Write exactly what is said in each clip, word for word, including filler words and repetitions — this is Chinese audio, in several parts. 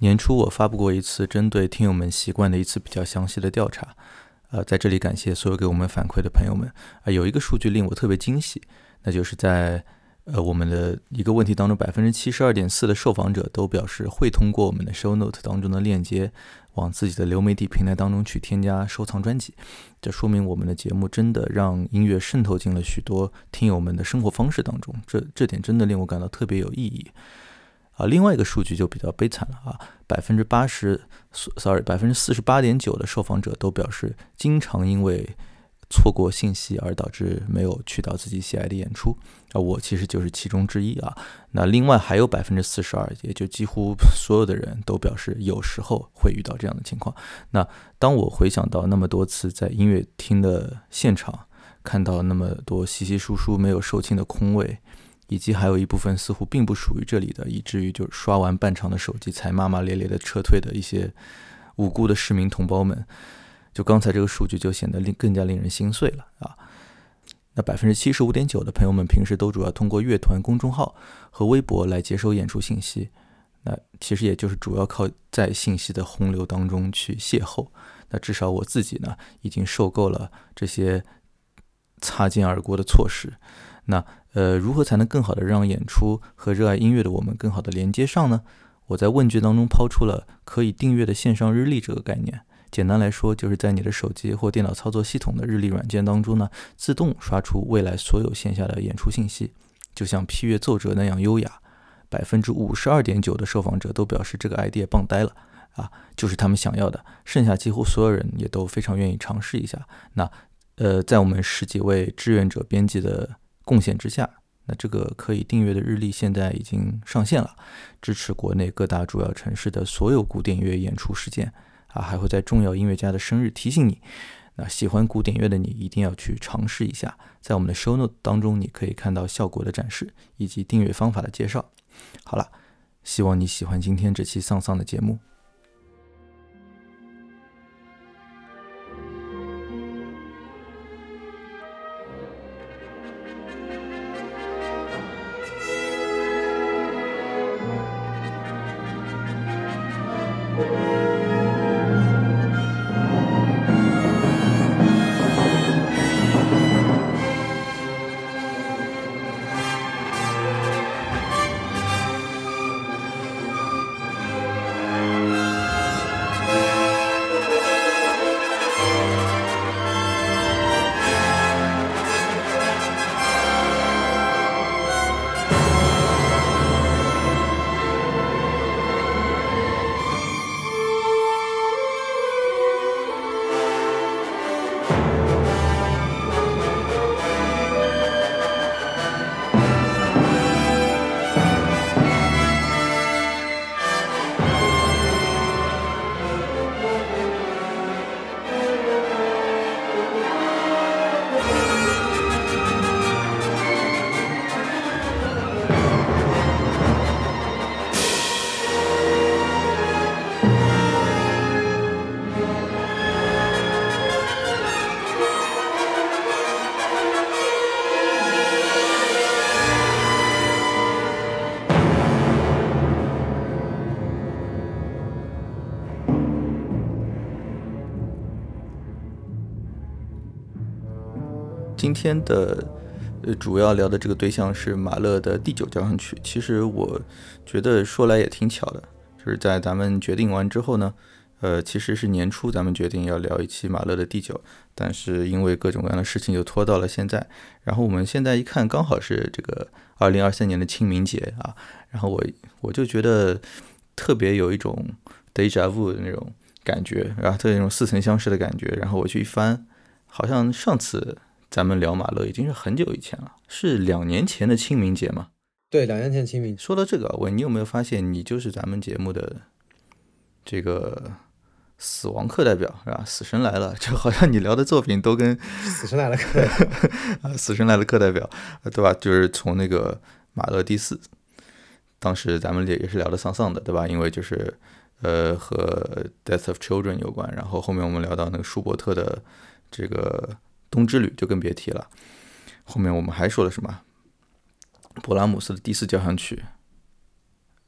年初我发布过一次针对听友们习惯的一次比较详细的调查，呃，在这里感谢所有给我们反馈的朋友们。啊、呃，有一个数据令我特别惊喜，那就是在呃我们的一个问题当中，百分之七十二点四的受访者都表示会通过我们的 show note 当中的链接，往自己的流媒体平台当中去添加收藏专辑。这说明我们的节目真的让音乐渗透进了许多听友们的生活方式当中，这这点真的令我感到特别有意义。啊，另外一个数据就比较悲惨了啊，百分之八十，sorry，百分之四十八点九的受访者都表示经常因为错过信息而导致没有去到自己喜爱的演出啊，我其实就是其中之一啊。那另外还有百分之四十二，也就几乎所有的人都表示有时候会遇到这样的情况。那当我回想到那么多次在音乐厅的现场，看到那么多稀稀疏疏没有售罄的空位，以及还有一部分似乎并不属于这里的，以至于就刷完半场的手机才骂骂咧咧的撤退的一些无辜的市民同胞们，就刚才这个数据就显得更加令人心碎了啊。那 百分之七十五点九 的朋友们平时都主要通过乐团公众号和微博来接收演出信息，那其实也就是主要靠在信息的洪流当中去邂逅。那至少我自己呢，已经受够了这些擦肩而过的措施。那呃，如何才能更好的让演出和热爱音乐的我们更好的连接上呢？我在问卷当中抛出了可以订阅的线上日历这个概念。简单来说，就是在你的手机或电脑操作系统的日历软件当中呢，自动刷出未来所有线下的演出信息，就像批阅奏折那样优雅。百分之五十二点九的受访者都表示这个 idea 棒呆了啊，就是他们想要的。剩下几乎所有人也都非常愿意尝试一下。那呃，在我们十几位志愿者编辑的贡献之下，那这个可以订阅的日历现在已经上线了，支持国内各大主要城市的所有古典乐演出事件啊，还会在重要音乐家的生日提醒你。那喜欢古典乐的你一定要去尝试一下，在我们的 show note 当中你可以看到效果的展示以及订阅方法的介绍。好了，希望你喜欢今天这期丧丧的节目。今天的呃主要聊的这个对象是马勒的第九交响曲。其实我觉得说来也挺巧的，就是在咱们决定完之后呢，呃，其实是年初咱们决定要聊一期马勒的第九，但是因为各种各样的事情就拖到了现在。然后我们现在一看，刚好是这个二零二三年的清明节啊，然后我我就觉得特别有一种 déjà vu 的那种感觉，然后特别那种似曾相识的感觉。然后我去一翻，好像上次咱们聊马勒已经是很久以前了，是两年前的清明节吗？ 对，两年前清明。 说到这个，我你有没有发现，你就是咱们节目的这个死亡课代表，是吧？死神来了，就好像你聊的作品都跟死神来了课代表死神来了课代表，对吧？就是从那个马勒第四，当时咱们也是聊的丧丧的，对吧？因为就是呃和 Death of Children 有关，然后后面我们聊到那个舒伯特的这个冬之旅就更别提了。后面我们还说了什么？勃拉姆斯的第四交响曲，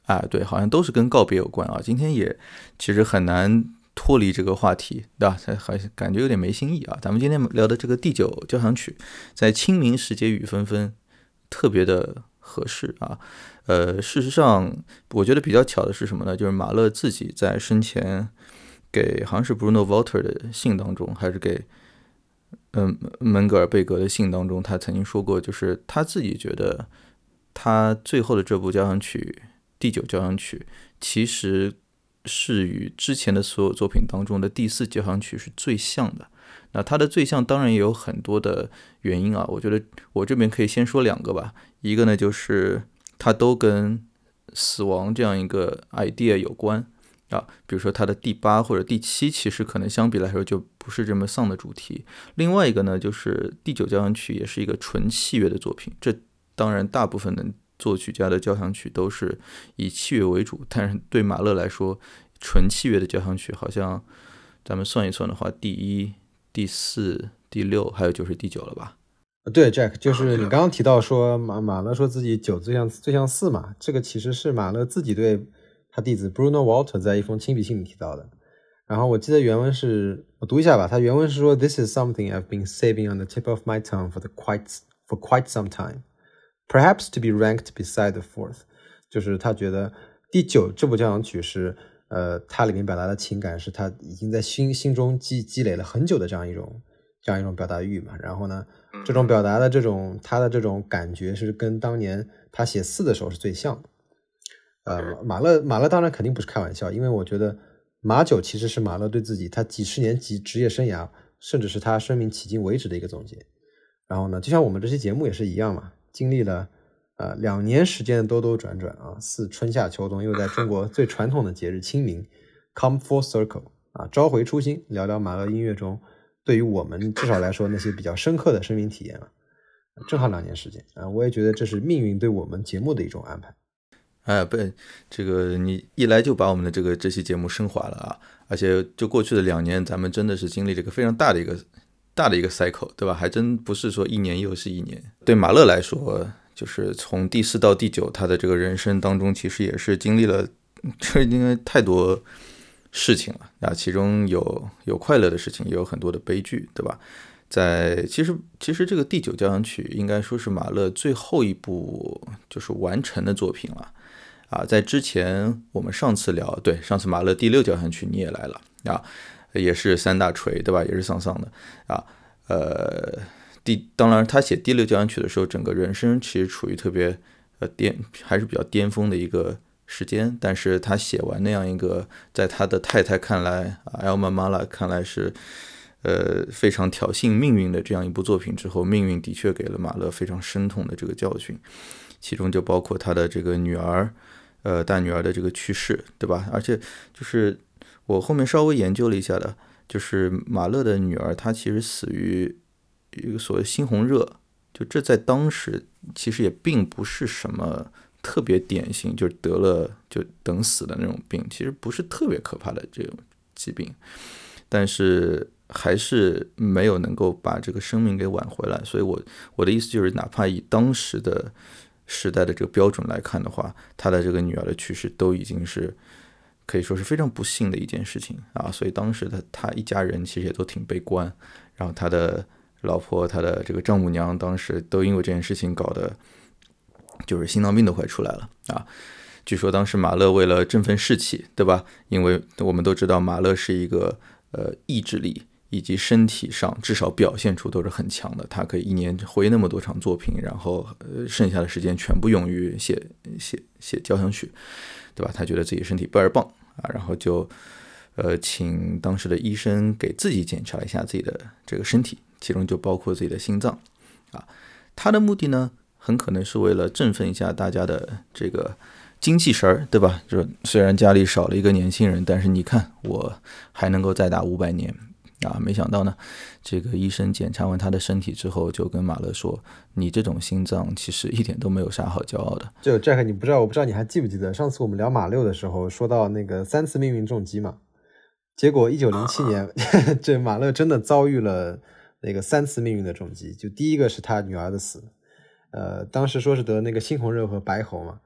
啊，对，好像都是跟告别有关啊。今天也其实很难脱离这个话题，对吧？好像感觉有点没新意啊。咱们今天聊的这个第九交响曲，在清明时节雨纷纷，特别的合适啊。呃，事实上，我觉得比较巧的是什么呢？就是马勒自己在生前给好像是 Bruno Walter 的信当中，还是给嗯门格尔贝格的信当中，他曾经说过，就是他自己觉得他最后的这部交响曲第九交响曲其实是与之前的所有作品当中的第四交响曲是最像的。那它的最像当然也有很多的原因啊，我觉得我这边可以先说两个吧。一个呢就是它都跟死亡这样一个 idea 有关啊，比如说它的第八或者第七其实可能相比来说就不是这么丧的主题。另外一个呢就是第九交响曲也是一个纯器乐的作品，这当然大部分的作曲家的交响曲都是以器乐为主，但是对马勒来说纯器乐的交响曲好像咱们算一算的话，第一、第四、第六还有就是第九了吧。 对 Jack， 就是你刚刚提到说马马勒说自己九最像最像四嘛，这个其实是马勒自己对他弟子 Bruno Walter 在一封亲笔信里提到的。然后我记得原文是，我读一下吧，他原文是说 This is something I've been saving on the tip of my tongue for the quite for quite some time, perhaps to be ranked beside the fourth。 就是他觉得第九这部交响曲是呃，它里面表达的情感是他已经在心心中积积累了很久的这样一种这样一种表达欲嘛。然后呢，这种表达的这种他的这种感觉是跟当年他写四的时候是最像的。呃，马勒马勒当然肯定不是开玩笑，因为我觉得马九其实是马勒对自己他几十年级职业生涯，甚至是他生命迄今为止的一个总结。然后呢，就像我们这期节目也是一样嘛，经历了呃两年时间的兜兜转转啊，似春夏秋冬，又在中国最传统的节日清明 come full circle 啊，召回初心，聊聊马勒音乐中对于我们至少来说那些比较深刻的生命体验了。正好两年时间啊，我也觉得这是命运对我们节目的一种安排。 哎，不，这个你一来就把我们的这个这期节目升华了啊！而且就过去的两年，咱们真的是经历了一个非常大的一个大的一个 cycle， 对吧？还真不是说一年又是一年。对马勒来说，就是从第四到第九，他的这个人生当中，其实也是经历了，这应该太多事情了啊！其中有有快乐的事情，也有很多的悲剧，对吧？在其实其实这个第九交响曲应该说是马勒最后一部就是完成的作品了。啊，在之前我们上次聊，对，上次马勒第六交响曲你也来了啊，也是三大锤，对吧？也是丧丧的啊。呃，第当然他写第六交响曲的时候，整个人生其实处于特别呃巅，还是比较巅峰的一个时间。但是他写完那样一个，在他的太太看来啊 ，Elma Mahler 看来是呃非常挑衅命运的这样一部作品之后，命运的确给了马勒非常深痛的这个教训，其中就包括他的这个女儿。呃，大女儿的这个去世，对吧？而且就是我后面稍微研究了一下的，就是马勒的女儿，她其实死于一个所谓猩红热，就这在当时其实也并不是什么特别典型，就是得了就等死的那种病，其实不是特别可怕的这种疾病，但是还是没有能够把这个生命给挽回来。所以我我的意思就是，哪怕以当时的时代的这个标准来看的话，他的这个女儿的去世都已经是可以说是非常不幸的一件事情啊，所以当时的他一家人其实也都挺悲观，然后他的老婆、他的这个丈母娘当时都因为这件事情搞得就是心脏病都快出来了啊。据说当时马勒为了振奋士气，对吧？因为我们都知道马勒是一个呃意志力以及身体上至少表现出都是很强的，他可以一年挥那么多场作品，然后呃剩下的时间全部用于写写写交响曲，对吧？他觉得自己身体倍儿棒啊，然后就呃请当时的医生给自己检查一下自己的这个身体，其中就包括自己的心脏啊。他的目的呢，很可能是为了振奋一下大家的这个精气神儿，对吧？就虽然家里少了一个年轻人，但是你看我还能够再打五百年。啊，没想到呢，这个医生检查完他的身体之后，就跟马勒说：“你这种心脏其实一点都没有啥好骄傲的。” 就 Jack， 你不知道，我不知道你还记不记得，上次我们聊马六的时候说到那个三次命运重击嘛，结果一九零七年，这马勒真的遭遇了那个三次命运的重击。就第一个是他女儿的死，呃，当时说是得那个猩红热和白喉嘛，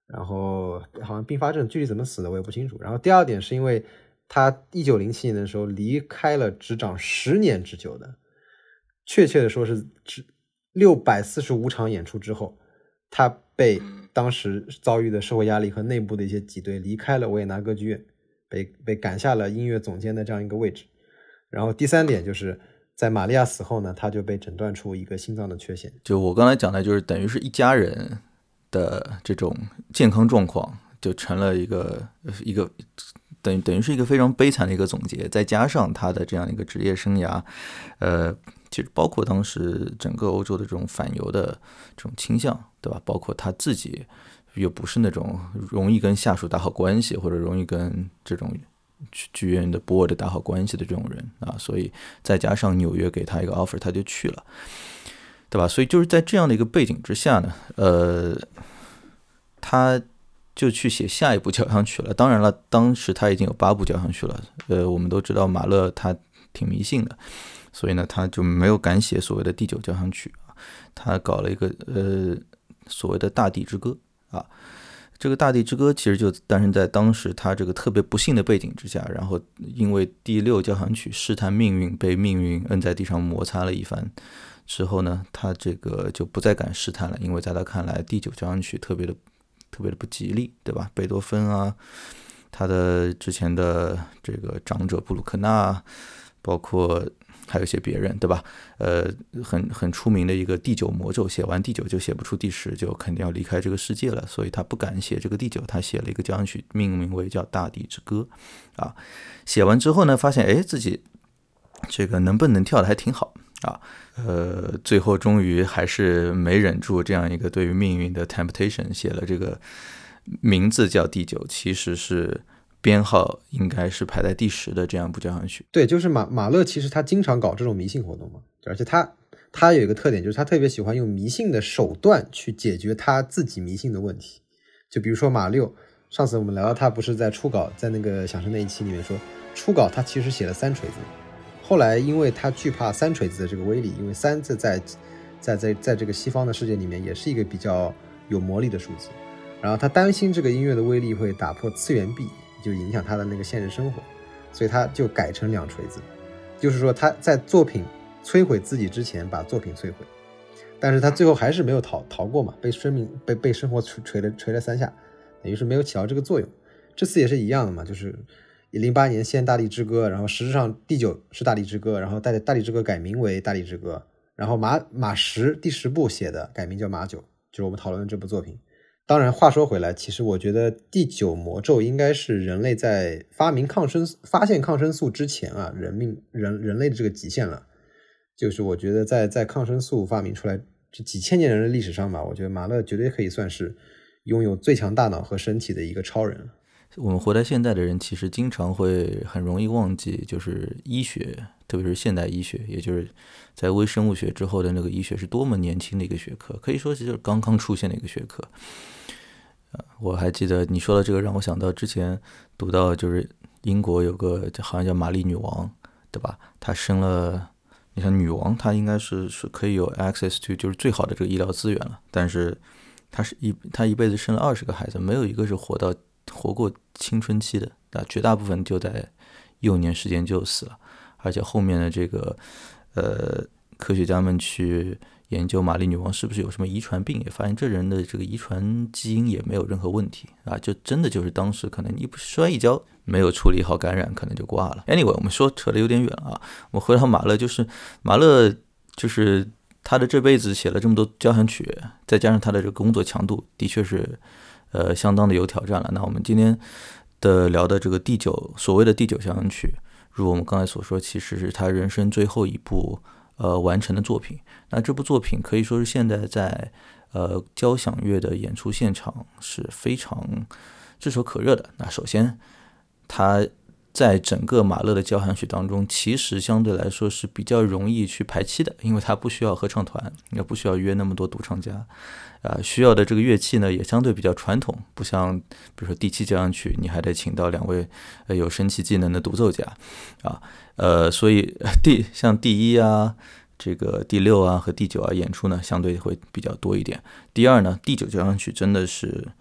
然后好像并发症具体怎么死的我也不清楚。然后第二点是因为他一九零七年的时候离开了执掌十年之久的，确切的说是六百四十五场演出之后，他被当时遭遇的社会压力和内部的一些挤兑离开了维也纳歌剧院，被被赶下了音乐总监的这样一个位置。然后第三点就是在玛利亚死后呢，他就被诊断出一个心脏的缺陷。 就我刚才讲的，就是等于是一家人的这种健康状况就成了一个一个等于等于是一个非常悲惨的一个总结，再加上他的这样一个职业生涯，呃，其实包括当时整个欧洲的这种反犹的这种倾向，对吧？包括他自己又不是那种容易跟下属打好关系，或者容易跟这种剧院的 board 打好关系的这种人啊，所以再加上纽约给他一个 offer， 他就去了，对吧？所以就是在这样的一个背景之下呢，呃，他就去写下一部交响曲了。当然了，当时他已经有八部交响曲了。呃，我们都知道马勒他挺迷信的，所以呢，他就没有敢写所谓的第九交响曲，他搞了一个呃所谓的大地之歌啊。这个大地之歌其实就诞生在当时他这个特别不幸的背景之下，然后因为第六交响曲试探命运，被命运摁在地上摩擦了一番之后呢，他这个就不再敢试探了，因为在他看来第九交响曲特别的特别的不吉利，对吧？贝多芬啊，他的之前的这个长者布鲁克纳，包括还有一些别人，对吧？呃，很很出名的一个第九魔咒，写完第九就写不出第十，就肯定要离开这个世界了，所以他不敢写这个第九，他写了一个交响曲，命名为叫《大地之歌》啊。写完之后呢，发现哎自己这个能蹦能跳的还挺好啊，呃，最后终于还是没忍住这样一个对于命运的 temptation， 写了这个名字叫第九，其实是编号应该是排在第十的这样一部交响曲。 对，就是马马勒其实他经常搞这种迷信活动嘛，而且他他有一个特点，就是他特别喜欢用迷信的手段去解决他自己迷信的问题。就比如说马六，上次我们聊到他不是在初稿，在那个响声那一期里面说，初稿他其实写了三锤子，后来因为他惧怕三锤子的这个威力，因为三字在在在在这个西方的世界里面也是一个比较有魔力的数字，然后他担心这个音乐的威力会打破次元壁，就影响他的那个现实生活，所以他就改成两锤子，就是说他在作品摧毁自己之前把作品摧毁，但是他最后还是没有逃逃过嘛，被生命被被生活锤了锤了三下，等于是没有起到这个作用。这次也是一样的嘛，就是零八年先大地之歌，然后实质上第九是大地之歌，然后大大地之歌改名为大地之歌，然后马马十第十部写的改名叫马九，就是我们讨论的这部作品。当然话说回来，其实我觉得第九魔咒应该是人类在发明抗生发现抗生素之前啊，人命人人类的这个极限了。就是我觉得在在抗生素发明出来这几千年人的历史上吧，我觉得马勒绝对可以算是拥有最强大脑和身体的一个超人了。 我们活在现在的人其实经常会很容易忘记，就是医学，特别是现代医学，也就是在微生物学之后的那个医学是多么年轻的一个学科，可以说是就是刚刚出现的一个学科。呃，我还记得你说的这个让我想到之前读到就是英国有个好像叫玛丽女王，对吧？她生了，你看女王她应该是是可以有 access to 就是最好的这个医疗资源了，但是她是一她一辈子生了二十个孩子，没有一个是活到活过青春期的，啊，绝大部分就在幼年时间就死了，而且后面的这个呃科学家们去研究玛丽女王是不是有什么遗传病，也发现这人的这个遗传基因也没有任何问题啊，就真的就是当时可能一摔一跤没有处理好感染，可能就挂了。Anyway， 我们说扯得有点远了啊，我们回到马勒，就是马勒就是他的这辈子写了这么多交响曲，再加上他的这个工作强度，的确是呃相当的有挑战了。那我们今天的聊的这个第九所谓的第九交响曲，如我们刚才所说，其实是他人生最后一部呃完成的作品。那这部作品可以说是现在在呃交响乐的演出现场是非常炙手可热的。那首先他在整个马勒的交响曲当中，其实相对来说是比较容易去排期的，因为他不需要合唱团，也不需要约那么多独唱家，啊、呃，需要的这个乐器呢也相对比较传统，不像比如说第七交响曲，你还得请到两位、呃、有神奇技能的独奏家，啊，呃，所以第像第一啊、这个第六啊和第九啊演出呢，相对会比较多一点。第二呢，第九交响曲真的是。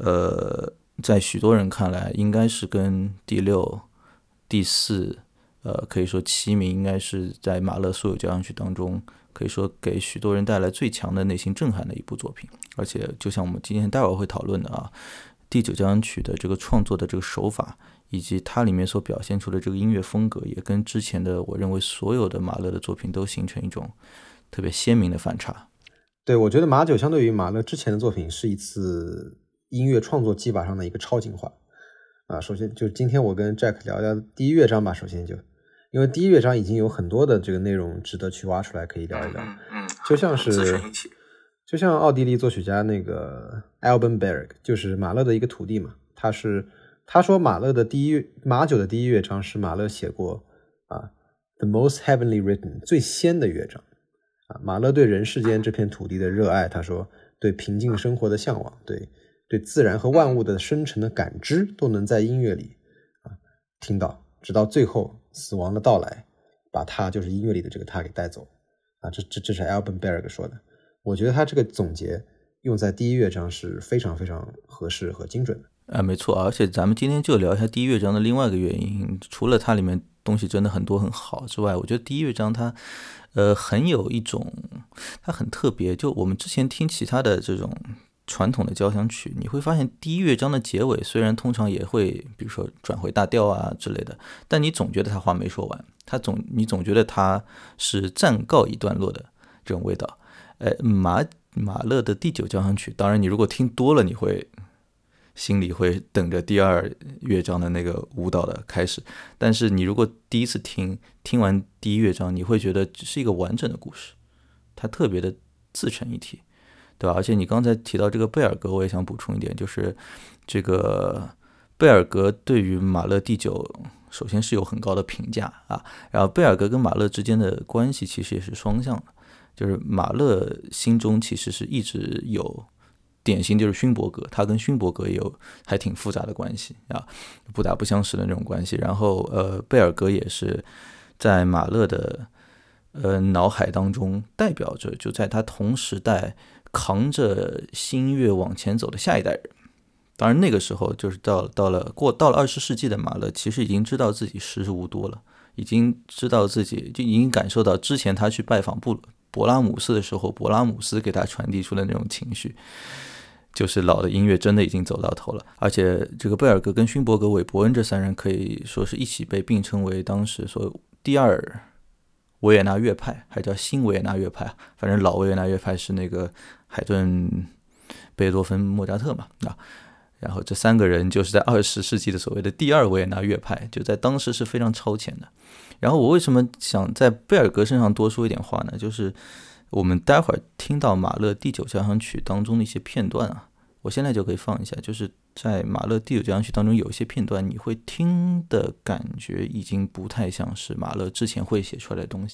呃，在许多人看来，应该是跟第六、第四，呃，可以说齐名，应该是在马勒所有交响曲当中，可以说给许多人带来最强的内心震撼的一部作品。而且，就像我们今天待会儿会讨论的啊，第九交响曲的这个创作的这个手法，以及它里面所表现出的这个音乐风格，也跟之前的我认为所有的马勒的作品都形成一种特别鲜明的反差。 对，我觉得马九相对于马勒之前的作品是一次音乐创作技法上的一个超进化啊。首先就今天我跟 Jack 聊聊第一乐章吧，首先就因为第一乐章已经有很多的这个内容值得去挖出来可以聊一聊， 嗯嗯， 就像是就像奥地利作曲家那个 Alban Berg， 就是马勒的一个徒弟嘛，他是他说马勒的第一马九的第一乐章是马勒写过啊 The most heavenly written 最仙的乐章。马勒对人世间这片土地的热爱，他说对平静生活的向往，对对自然和万物的深沉的感知，都能在音乐里啊听到，直到最后死亡的到来，把他就是音乐里的这个他给带走啊。这这这是 Alban Berg 说的。我觉得他这个总结用在第一乐章是非常非常合适和精准的。 啊，没错，而且咱们今天就聊一下第一乐章的另外一个原因，除了它里面东西真的很多很好之外，我觉得第一乐章它呃很有一种，它很特别。就我们之前听其他的这种传统的交响曲，你会发现第一乐章的结尾虽然通常也会比如说转回大调啊之类的，但你总觉得他话没说完，他总你总觉得他是暂告一段落的这种味道。呃，马马勒的第九交响曲，当然你如果听多了，你会心里会等着第二乐章的那个舞蹈的开始，但是你如果第一次听听完第一乐章，你会觉得是一个完整的故事，它特别的自成一体，对吧？而且你刚才提到这个贝尔格，我也想补充一点，就是这个贝尔格对于马勒第九首先是有很高的评价啊，然后贝尔格跟马勒之间的关系其实也是双向的，就是马勒心中其实是一直有典型就是勋伯格，他跟勋伯格也有还挺复杂的关系啊，不打不相识的那种关系。然后呃，贝尔格也是在马勒的呃脑海当中代表着，就在他同时代扛着新音乐往前走的下一代人。当然那个时候就是到到了过到了二十世纪的马勒，其实已经知道自己时日无多了，已经知道自己就已经感受到之前他去拜访布勃拉姆斯的时候，勃拉姆斯给他传递出的那种情绪，就是老的音乐真的已经走到头了。而且这个贝尔格跟勋伯格、韦伯恩这三人可以说是一起被并称为当时说第二维也纳乐派，还叫新维也纳乐派，反正老维也纳乐派是那个海顿、贝多芬、莫扎特嘛啊。然后这三个人就是在二十世纪的所谓的第二维也纳乐派，就在当时是非常超前的。然后我为什么想在贝尔格身上多说一点话呢？就是我们待会儿听到马勒第九交响曲当中的一些片段啊，我现在就可以放一下。就是在马勒第九交响曲当中有一些片段，你会听的感觉已经不太像是马勒之前会写出来的东西。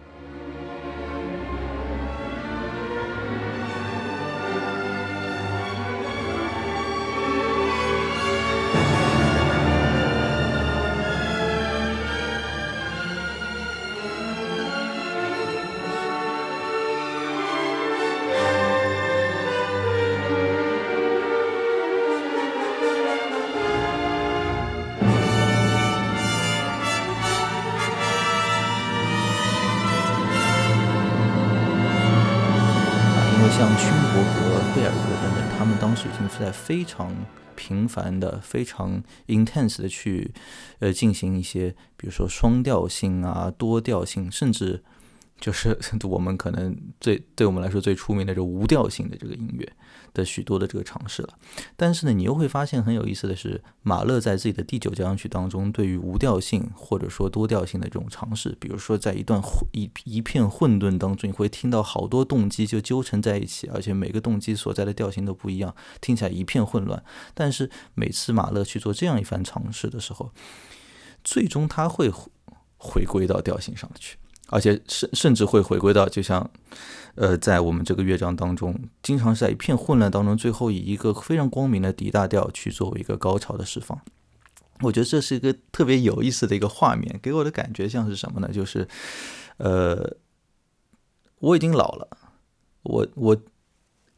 像勋伯格、贝尔格等等，他们当时已经在非常频繁的、非常 intense 的去呃进行一些，比如说双调性啊、多调性，甚至就是我们可能最对我们来说最出名的这个无调性的这个音乐的许多的这个尝试了。但是呢，你又会发现很有意思的是，马勒在自己的第九交响曲当中对于无调性或者说多调性的这种尝试，比如说在一段一一片混沌当中，你会听到好多动机就纠缠在一起，而且每个动机所在的调性都不一样，听起来一片混乱。但是每次马勒去做这样一番尝试的时候，最终他会回归到调性上去。而且甚甚至会回归到，就像，呃，在我们这个乐章当中，经常是在一片混乱当中，最后以一个非常光明的D大调去作为一个高潮的释放。我觉得这是一个特别有意思的一个画面，给我的感觉像是什么呢？就是，呃，我已经老了，我我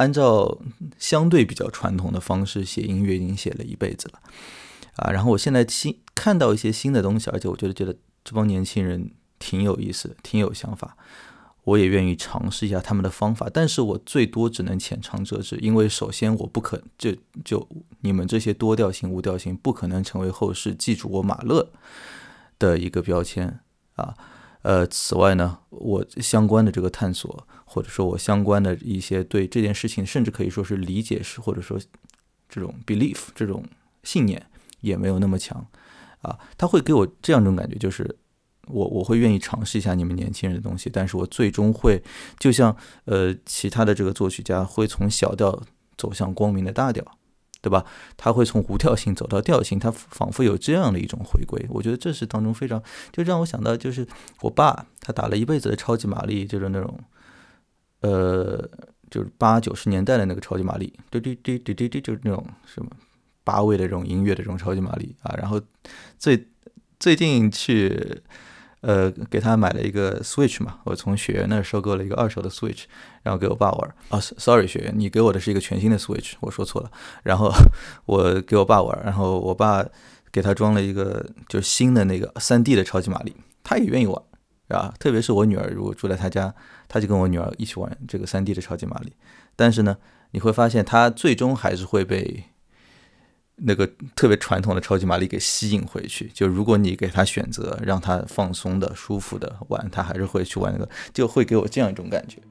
按照相对比较传统的方式写音乐已经写了一辈子了啊。然后我现在新看到一些新的东西，而且我觉得觉得这帮年轻人挺有意思的，挺有想法，我也愿意尝试一下他们的方法，但是我最多只能浅尝辄止，因为首先我不可就就你们这些多调性无调性不可能成为后世记住我马勒的一个标签啊。呃，此外呢，我相关的这个探索，或者说我相关的一些对这件事情，甚至可以说是理解是或者说这种 belief 这种信念也没有那么强啊。他会给我这样一种感觉，就是我我会愿意尝试一下你们年轻人的东西，但是我最终会就像呃其他的这个作曲家会从小调走向光明的大调，对吧？他会从无调性走到调性，他仿佛有这样的一种回归。我觉得这是当中非常，就让我想到，就是我爸他打了一辈子的超级玛丽，就是那种，呃，就是八九十年代的那个超级玛丽，对对对对对对，就是那种什么八位的这种音乐的这种超级玛丽啊。然后最最近去。呃，给他买了一个 Switch 嘛，我从雪原那儿收购了一个二手的 Switch， 然后给我爸玩。啊 ，sorry， 雪原，你给我的是一个全新的 Switch， 我说错了。然后我给我爸玩，然后我爸给他装了一个就是新的那个 三 D 的超级玛丽，他也愿意玩啊。特别是我女儿如果住在他家，他就跟我女儿一起玩这个 三 D 的超级玛丽。但是呢，你会发现他最终还是会被那个特别传统的超级玛丽给吸引回去，就如果你给他选择让他放松的舒服的玩，他还是会去玩那个，就会给我这样一种感觉。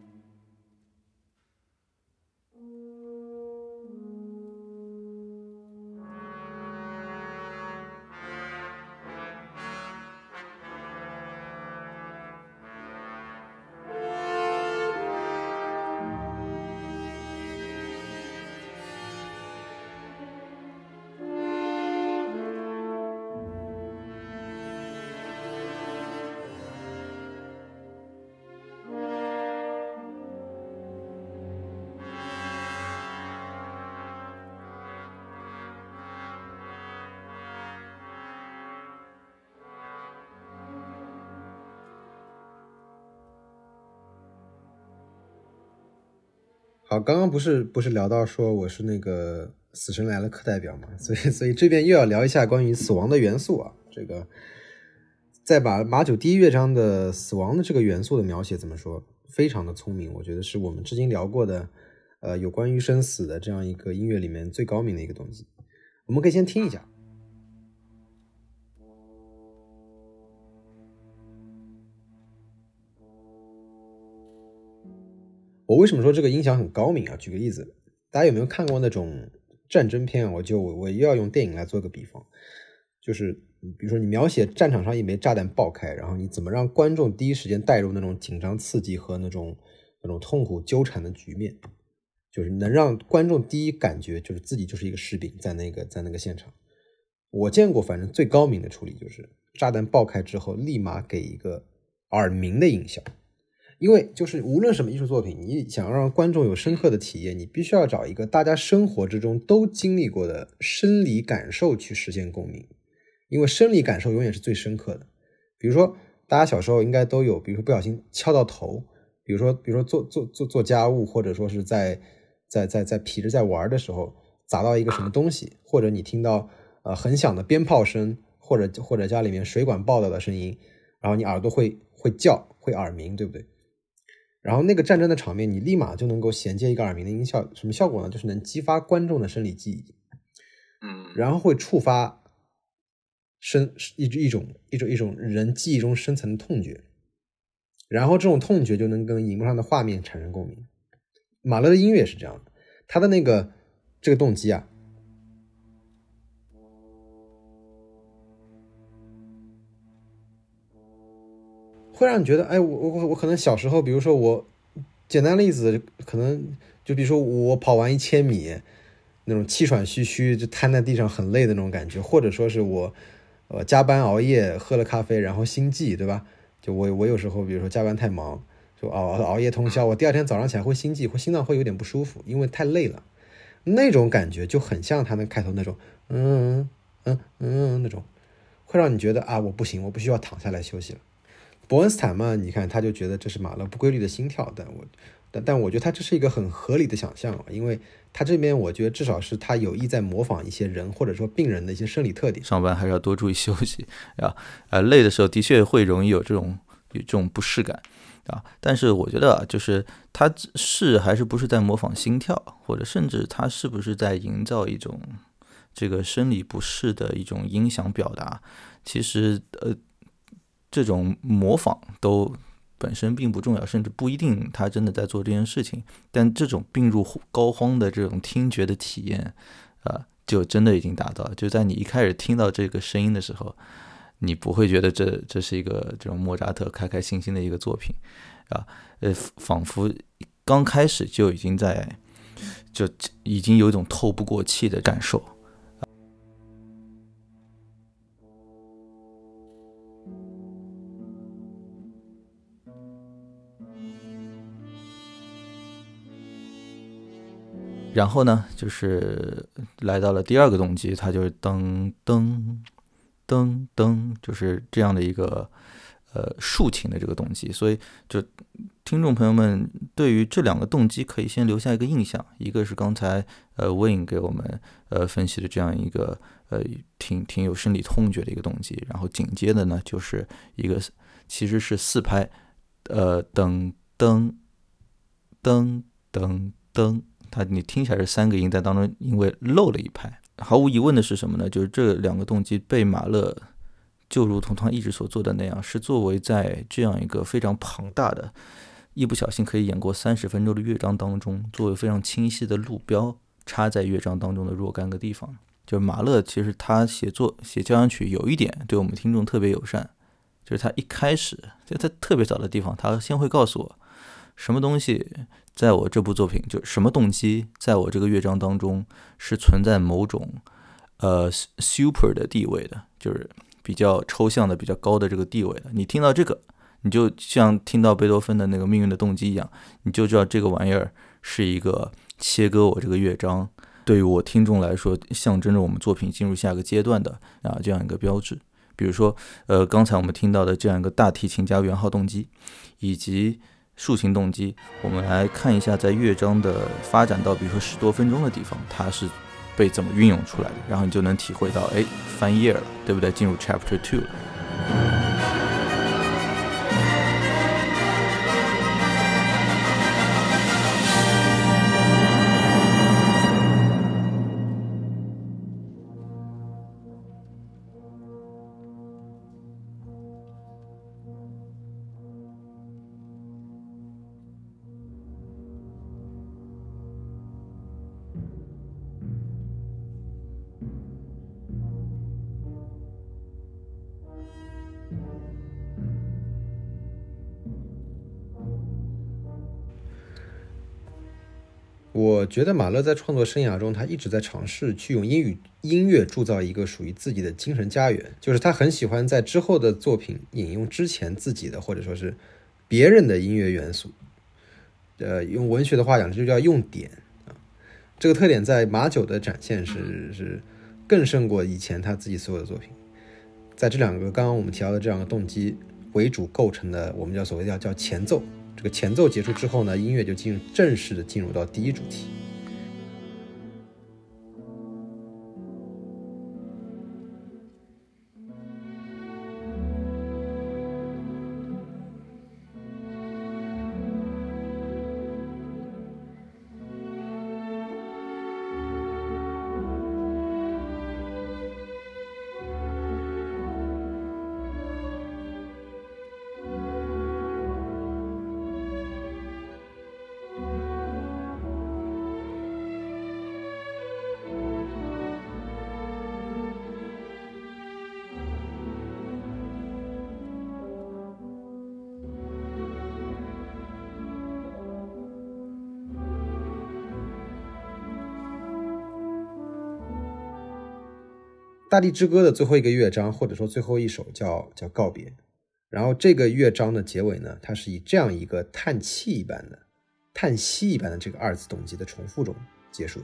好，刚刚不是不是聊到说我是那个死神来了课代表嘛，所以所以这边又要聊一下关于死亡的元素啊。这个再把马九第一乐章的死亡的这个元素的描写怎么说，非常的聪明，我觉得是我们至今聊过的呃有关于生死的这样一个音乐里面最高明的一个东西。我们可以先听一下。我为什么说这个音响很高明啊？举个例子，大家有没有看过那种战争片啊？我就我又要用电影来做个比方，就是比如说你描写战场上一枚炸弹爆开，然后你怎么让观众第一时间带入那种紧张刺激和那种那种痛苦纠缠的局面，就是能让观众第一感觉就是自己就是一个士兵在那个在那个现场。我见过反正最高明的处理就是炸弹爆开之后立马给一个耳鸣的音效。因为就是无论什么艺术作品，你想要让观众有深刻的体验，你必须要找一个大家生活之中都经历过的生理感受去实现共鸣，因为生理感受永远是最深刻的。比如说大家小时候应该都有，比如说不小心敲到头，比如说比如说做做做做家务，或者说是在在在在痞着在玩的时候砸到一个什么东西，或者你听到呃很响的鞭炮声，或者或者家里面水管爆掉的声音，然后你耳朵会会叫会耳鸣，对不对？然后那个战争的场面，你立马就能够衔接一个耳鸣的音效，什么效果呢？就是能激发观众的生理记忆，嗯，然后会触发深一一种一种一种人记忆中深层的痛觉，然后这种痛觉就能跟荧幕上的画面产生共鸣。马勒的音乐是这样的，他的那个这个动机啊，会让你觉得，哎，我我我可能小时候，比如说我简单例子，可能就比如说我跑完一千米，那种气喘吁吁，就瘫在地上很累的那种感觉，或者说是我呃加班熬夜喝了咖啡，然后心悸，对吧？就我我有时候比如说加班太忙，就熬熬夜通宵，我第二天早上起来会心悸，会心脏会有点不舒服，因为太累了，那种感觉就很像他那开头那种嗯嗯嗯那种，会让你觉得啊我不行，我不需要躺下来休息了。 伯恩斯坦嘛，你看他就觉得这是马勒不规律的心跳，但我但但我觉得他这是一个很合理的想象，因为他这边我觉得至少是他有意在模仿一些人或者说病人的一些生理特点。 上班还是要多注意休息啊，呃，累的时候的确会容易有这种有这种不适感啊，但是我觉得啊，就是他是还是不是在模仿心跳，或者甚至他是不是在营造一种这个生理不适的一种音响表达，其实呃，这种模仿都本身并不重要，甚至不一定他真的在做这件事情，但这种病入膏肓的这种听觉的体验啊、呃，就真的已经达到了。就在你一开始听到这个声音的时候，你不会觉得这这是一个这种莫扎特开开心心的一个作品啊，呃，仿佛刚开始就已经在就已经有一种透不过气的感受。然后呢，就是来到了第二个动机，它就是噔噔噔噔，就是这样的一个呃竖琴的这个动机。所以，就听众朋友们对于这两个动机可以先留下一个印象，一个是刚才呃 Wayne 给我们呃分析的这样一个呃挺挺有生理痛觉的一个动机，然后紧接着呢就是一个其实是四拍，呃噔噔噔噔噔。它你听起来是三个音，但当中因为漏了一拍。毫无疑问的是什么呢？就是这两个动机被马勒就如同他一直所做的那样，是作为在这样一个非常庞大的、一不小心可以演过三十分钟的乐章当中，作为非常清晰的路标，插在乐章当中的若干个地方。就是马勒其实他写作写交响曲有一点对我们听众特别友善，就是他一开始就他特别早的地方，他先会告诉我什么东西在我这部作品，就什么动机在我这个乐章当中是存在某种呃 super 的地位的，就是比较抽象的、比较高的这个地位的。你听到这个，你就像听到贝多芬的那个命运的动机一样，你就知道这个玩意儿是一个切割我这个乐章，对于我听众来说，象征着我们作品进入下个阶段的啊这样一个标志。比如说，呃，刚才我们听到的这样一个大提琴加圆号动机，以及竖琴动机，我们来看一下在乐章的发展到比如说十多分钟的地方，它是被怎么运用出来的，然后你就能体会到，哎，翻页了，对不对？进入 Chapter Two 了。 我觉得马勒在创作生涯中，他一直在尝试去用英语音乐铸造一个属于自己的精神家园，就是他很喜欢在之后的作品引用之前自己的或者说是别人的音乐元素，呃，用文学的话讲，这就叫用典啊。这个特点在马九的展现是是更胜过以前他自己所有的作品。在这两个刚刚我们提到的这两个动机为主构成的，我们叫所谓叫叫前奏。这个前奏结束之后呢，音乐就进入正式的进入到第一主题。大地之歌的最后一个乐章，或者说最后一首叫叫告别，然后这个乐章的结尾呢，它是以这样一个叹气一般的、叹息一般的这个二次动机的重复中结束的。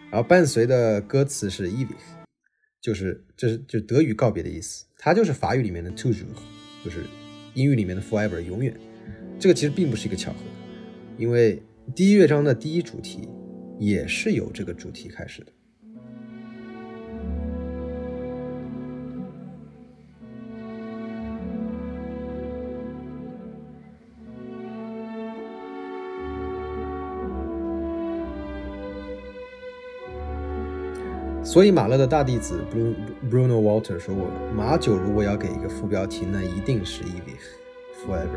然后伴随的歌词是 ewig， 就是这是就德语告别的意思，它就是法语里面的 toujours， 就是英语里面的 forever 永远。这个其实并不是一个巧合，因为第一乐章的第一主题也是由这个主题开始的。所以马勒的大弟子 Bruno Walter 说过，马九如果要给一个副标题，那一定是 ewig forever。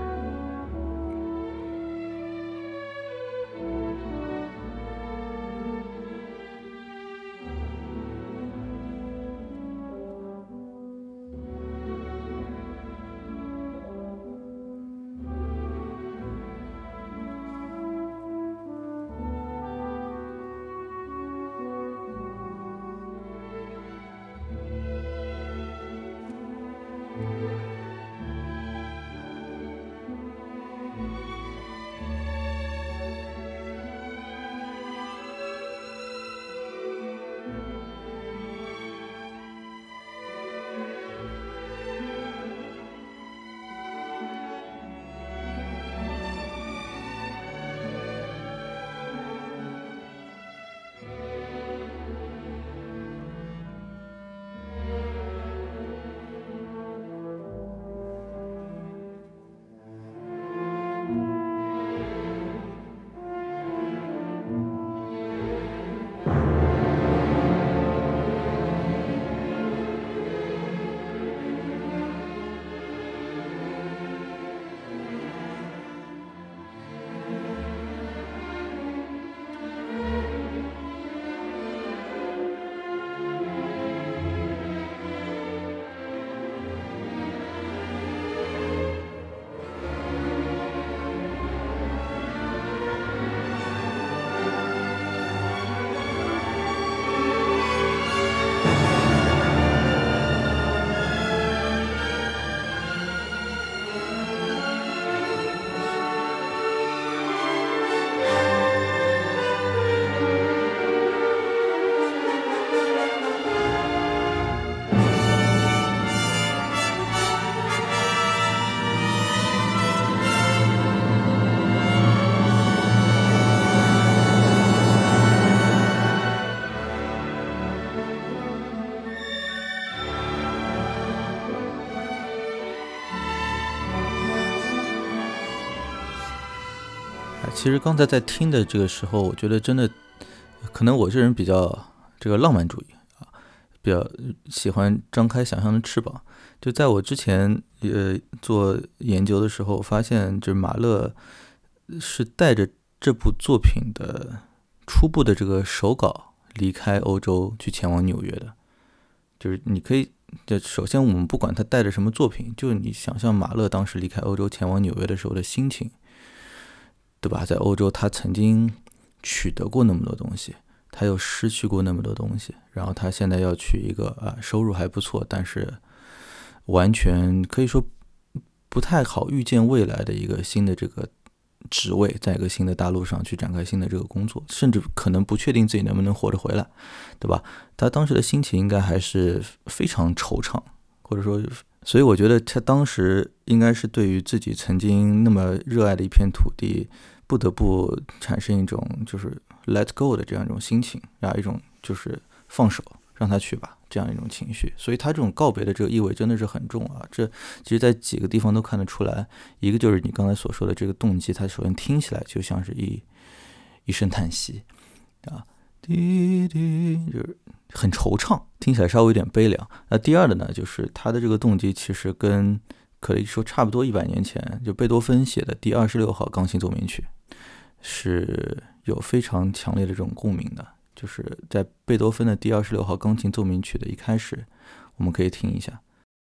其实刚才在听的这个时候，我觉得真的，可能我这人比较这个浪漫主义啊，比较喜欢张开想象的翅膀。就在我之前呃做研究的时候，发现就是马勒是带着这部作品的初步的这个手稿离开欧洲去前往纽约的。就是你可以，就首先我们不管他带着什么作品，就是你想象马勒当时离开欧洲前往纽约的时候的心情。对吧？在欧洲，他曾经取得过那么多东西，他又失去过那么多东西，然后他现在要去一个啊收入还不错，但是完全可以说不太好预见未来的一个新的这个职位，在一个新的大陆上去展开新的这个工作，甚至可能不确定自己能不能活着回来，对吧？他当时的心情应该还是非常惆怅，或者说。所以我觉得他当时应该是对于自己曾经那么热爱的一片土地，不得不产生一种就是 let go 的这样一种心情，然后一种就是放手让他去吧这样一种情绪。所以他这种告别的这个意味真的是很重啊。这其实在几个地方都看得出来，一个就是你刚才所说的这个动机，它首先听起来就像是一一声叹息啊，滴滴，就是很惆怅，听起来稍微有点悲凉。那第二的呢，就是他的这个动机其实跟可以说差不多一百年前就贝多芬写的第二十六号钢琴奏鸣曲是有非常强烈的这种共鸣的。就是在贝多芬的第二十六号钢琴奏鸣曲的一开始，我们可以听一下。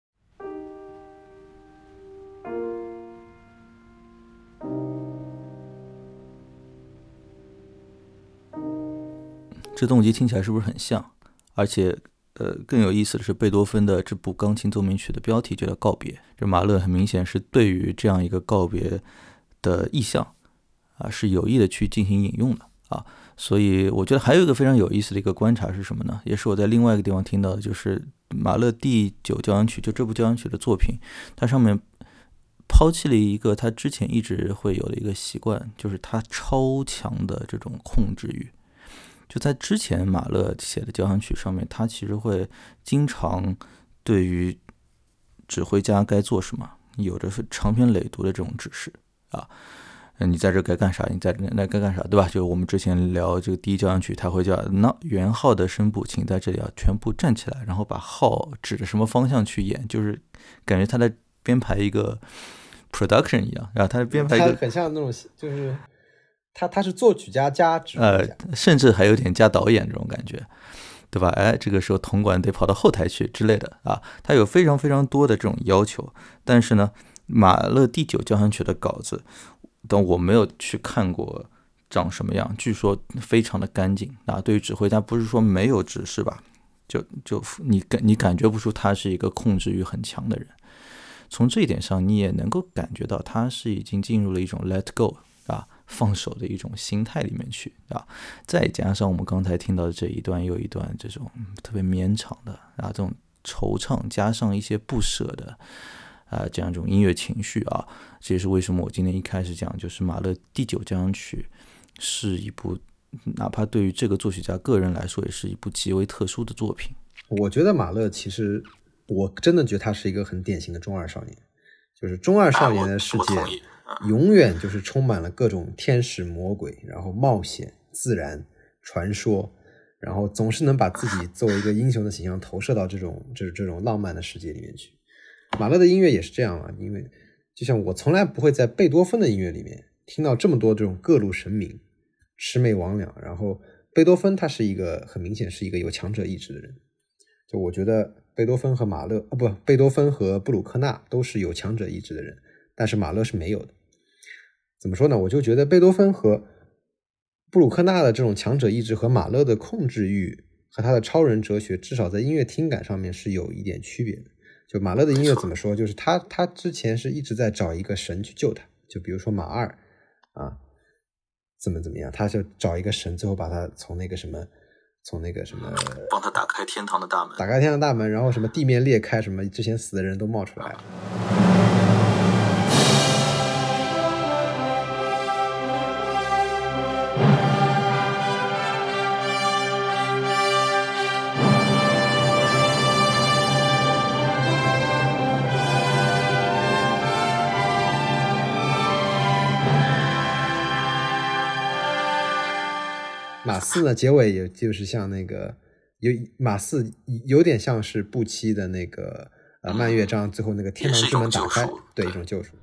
这动机听起来是不是很像？而且，呃，更有意思的是，贝多芬的这部钢琴奏鸣曲的标题就叫告别。这马勒很明显是对于这样一个告别的意象啊，是有意的去进行引用的啊。 所以我觉得还有一个非常有意思的一个观察是什么呢？也是我在另外一个地方听到的，就是马勒第九交响曲，就这部交响曲的作品，它上面抛弃了一个他之前一直会有的一个习惯，就是他超强的这种控制欲。就在之前马勒写的交响曲上面，他其实会经常对于指挥家该做什么有着长篇累牍的这种指示啊。你在这该干啥？你在那该干啥，对吧？就我们之前聊这个第一交响曲，他会叫那圆号的声部，请在这里啊全部站起来，然后把号指着什么方向去演，就是感觉他在编排一个 production 一样，然后他编排一个很像那种，就是他他是作曲家加指挥家， 呃，甚至还有点加导演这种感觉，对吧？哎，这个时候铜管得跑到后台去之类的啊，他有非常非常多的这种要求。但是呢，马勒第九交响曲的稿子，但我没有去看过长什么样，据说非常的干净啊。对于指挥家，不是说没有指示吧，就就你感你感觉不出他是一个控制欲很强的人。从这一点上，你也能够感觉到他是已经进入了一种 let go 啊，放手的一种心态里面去啊。再加上我们刚才听到的这一段又一段这种特别绵长的啊，这种惆怅加上一些不舍的。啊、呃，这样一种音乐情绪啊，这也是为什么我今天一开始讲，就是马勒第九交响曲是一部，哪怕对于这个作曲家个人来说，也是一部极为特殊的作品。 我觉得马勒其实，我真的觉得他是一个很典型的中二少年，就是中二少年的世界，永远就是充满了各种天使魔鬼，然后冒险、自然、传说，然后总是能把自己作为一个英雄的形象投射到这种这这种浪漫的世界里面去。马勒的音乐也是这样啊，因为就像我从来不会在贝多芬的音乐里面听到这么多这种各路神明、魑魅魍魉，然后贝多芬他是一个很明显是一个有强者意志的人，就我觉得贝多芬和马勒啊不，贝多芬和布鲁克纳都是有强者意志的人，但是马勒是没有的。怎么说呢？我就觉得贝多芬和布鲁克纳的这种强者意志和马勒的控制欲和他的超人哲学，至少在音乐听感上面是有一点区别的。就马勒的音乐怎么说，就是他他之前是一直在找一个神去救他，就比如说马二啊，怎么怎么样，他就找一个神，最后把他从那个什么从那个什么帮他打开天堂的大门， 打开天堂大门，然后什么地面裂开，什么之前死的人都冒出来了。马四呢，结尾也就是像那个有马四有点像是布期的那个呃慢乐章，最后那个天堂之门打开，对，一种救赎。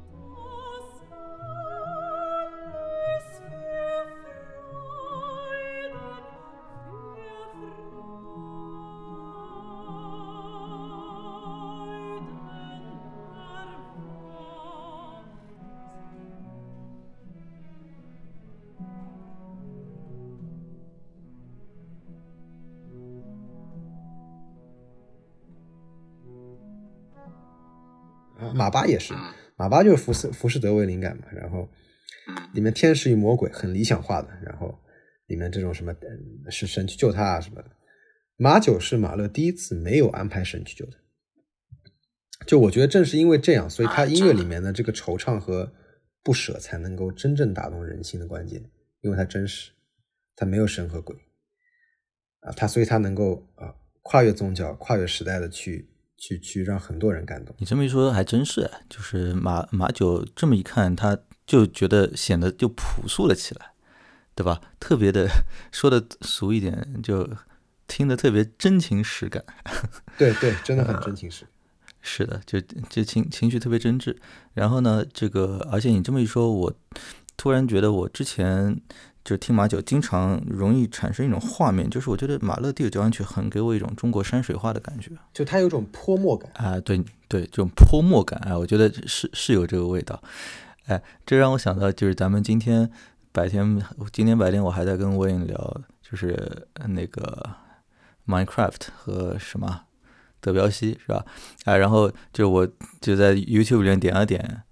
马八也是，马八就是浮士浮士德为灵感嘛，然后里面天使与魔鬼很理想化的，然后里面这种什么是神去救他啊什么的。马九是马勒第一次没有安排神去救他，就我觉得正是因为这样，所以他音乐里面的这个惆怅和不舍才能够真正打动人心的关键，因为他真实，他没有神和鬼啊，他所以他能够啊跨越宗教、跨越时代的去。去去让很多人感动。 你这么一说还真是，就是马马九这么一看，他就觉得显得就朴素了起来，对吧？特别的说的俗一点，就听得特别真情实感。 对对，真的很真情实感。 呃、是的，就就情情绪特别真挚。然后呢，这个而且你这么一说，我突然觉得我之前。就听马九经常容易产生一种画面，就是我觉得马勒第九交响曲很给我一种中国山水画的感觉， 就它有一种泼墨感啊，对对，这种泼墨感啊，我觉得是是有这个味道。哎，这让我想到就是咱们今天白天，今天白天我还在跟Wayne聊，就是那个 Minecraft 和什么德彪西是吧？啊，然后就我就在 YouTube 里面点了点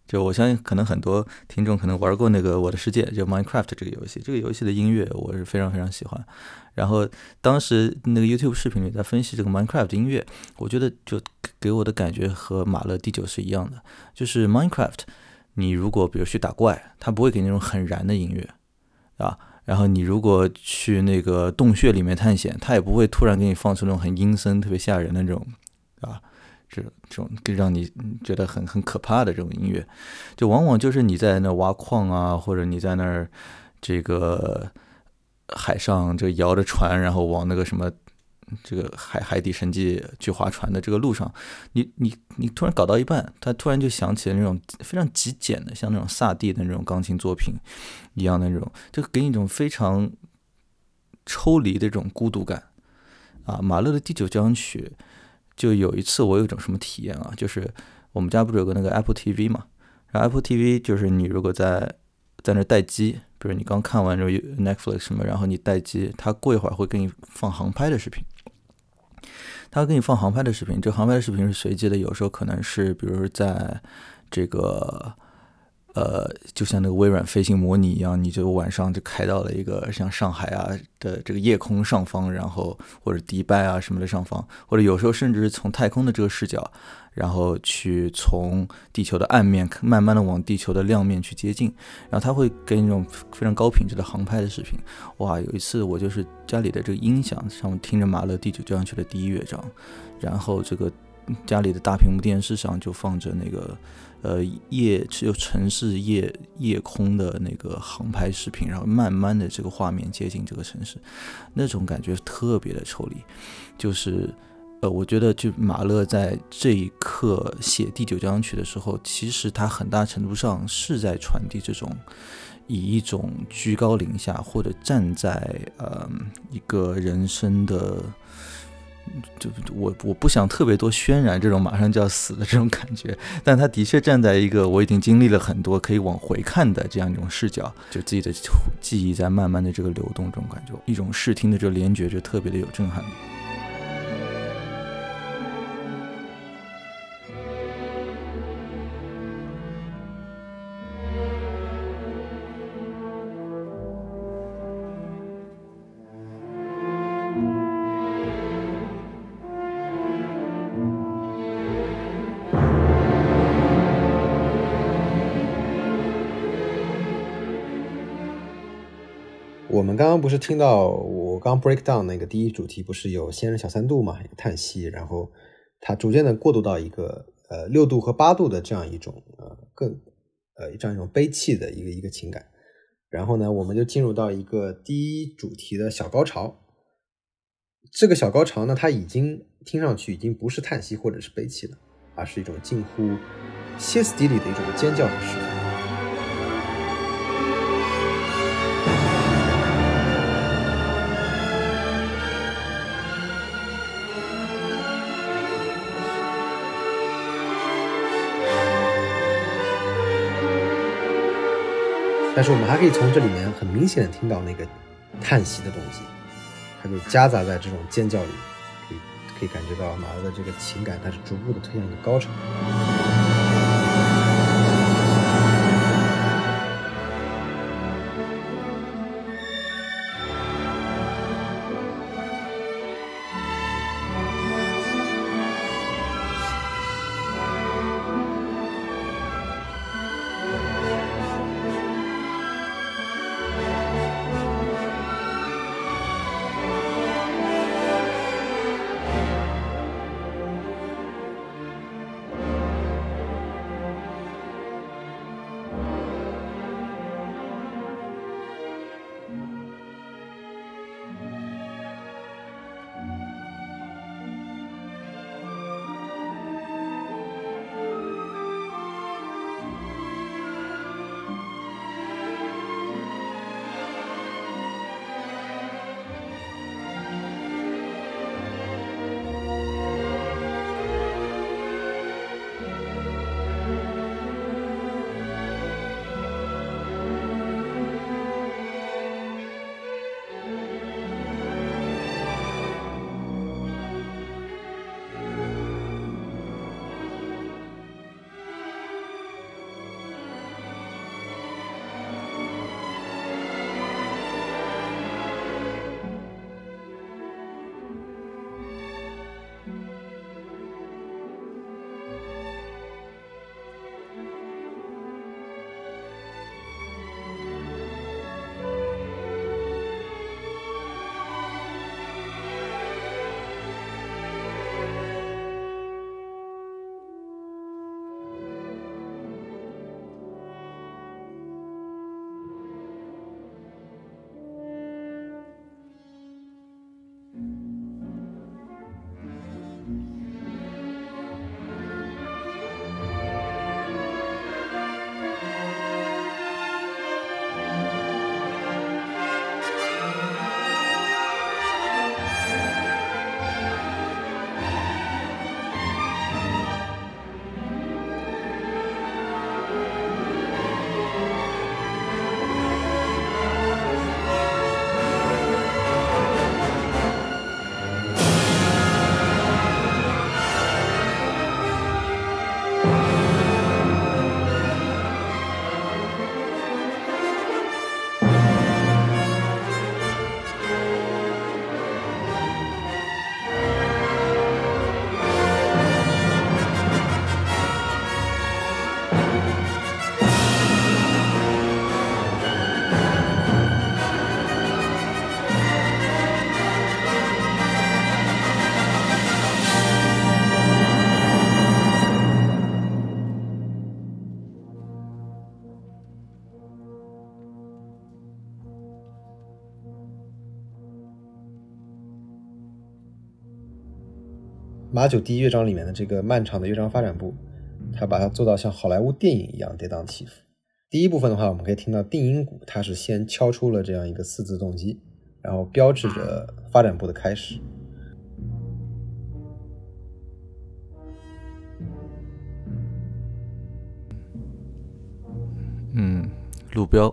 就我相信可能很多听众可能玩过那个《我的世界》就 Minecraft 这个游戏，这个游戏的音乐我是非常非常喜欢。然后当时那个 YouTube 视频里在分析这个 Minecraft 音乐，我觉得就给我的感觉和马勒第九是一样的，就是 Minecraft 你如果比如去打怪，它不会给那种很燃的音乐啊，然后你如果去那个洞穴里面探险，它也不会突然给你放出那种很阴森特别吓人的那种啊这这种让你觉得很很可怕的这种音乐，就往往就是你在那挖矿啊，或者你在那儿这个海上这摇着船，然后往那个什么这个海海底神迹去划船的这个路上，你你你突然搞到一半，他突然就想起了那种非常极简的，像那种萨蒂的那种钢琴作品一样的那种，就给你一种非常抽离的这种孤独感啊。马勒的第九交响曲，就有一次我有一种什么体验啊，就是我们家不是有个那个 Apple T V 嘛，然后 Apple T V 就是你如果在在那待机，比如你刚看完这 Netflix 什么，然后你待机，它过一会儿会给你放航拍的视频。它会给你放航拍的视频，这航拍的视频是随机的，有时候可能是比如在这个呃，就像那个微软飞行模拟一样，你就晚上就开到了一个像上海啊的这个夜空上方，然后或者迪拜啊什么的上方，或者有时候甚至是从太空的这个视角，然后去从地球的暗面慢慢的往地球的亮面去接近，然后它会给你那种非常高品质的航拍的视频。哇，有一次我就是家里的这个音响上面听着马勒第九交响曲的第一乐章，然后这个家里的大屏幕电视上就放着那个呃夜只有城市夜夜空的那个航拍视频，然后慢慢的这个画面接近这个城市，那种感觉特别的抽离。就是呃，我觉得就马勒在这一刻写第九交响曲的时候，其实他很大程度上是在传递这种以一种居高临下或者站在呃一个人生的，就我我不想特别多渲染这种马上就要死的这种感觉，但他的确站在一个我已经经历了很多可以往回看的这样一种视角，就自己的记忆在慢慢的这个流动，这种感觉，一种视听的这个联觉就特别的有震撼力。 我们刚刚不是听到我刚 break down 那个第一主题不是有仙人小三度嘛，一个叹息，然后它逐渐的过渡到一个呃六度和八度的这样一种呃更呃这样一种悲泣的一个一个情感，然后呢我们就进入到一个第一主题的小高潮。这个小高潮呢，它已经听上去已经不是叹息或者是悲泣了，而是一种近乎歇斯底里的一种尖叫和释放。但是我们还可以从这里面很明显的听到那个叹息的东西，它就夹杂在这种尖叫里，可以可以感觉到马勒的这个情感，它是逐步的推向一个高潮。 马九第一乐章里面的这个漫长的乐章发展部，他把它做到像好莱坞电影一样跌宕起伏。第一部分的话，我们可以听到定音鼓，它是先敲出了这样一个四字动机，然后标志着发展部的开始。 嗯，路标。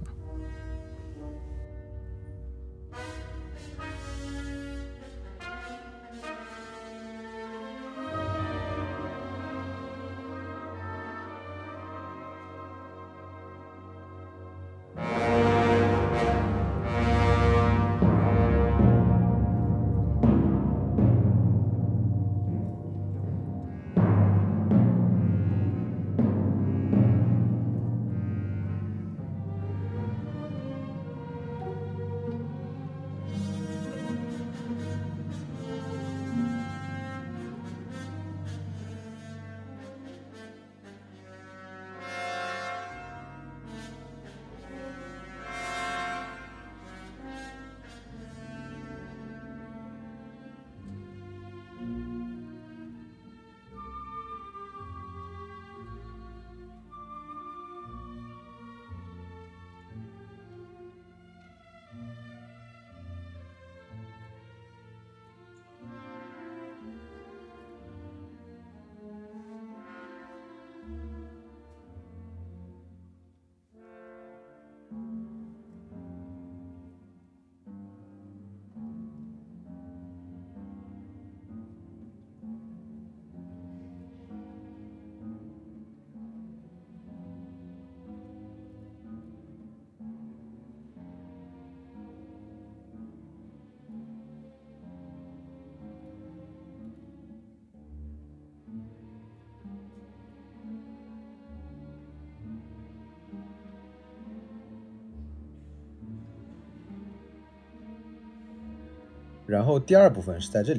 然后第二部分是在这里。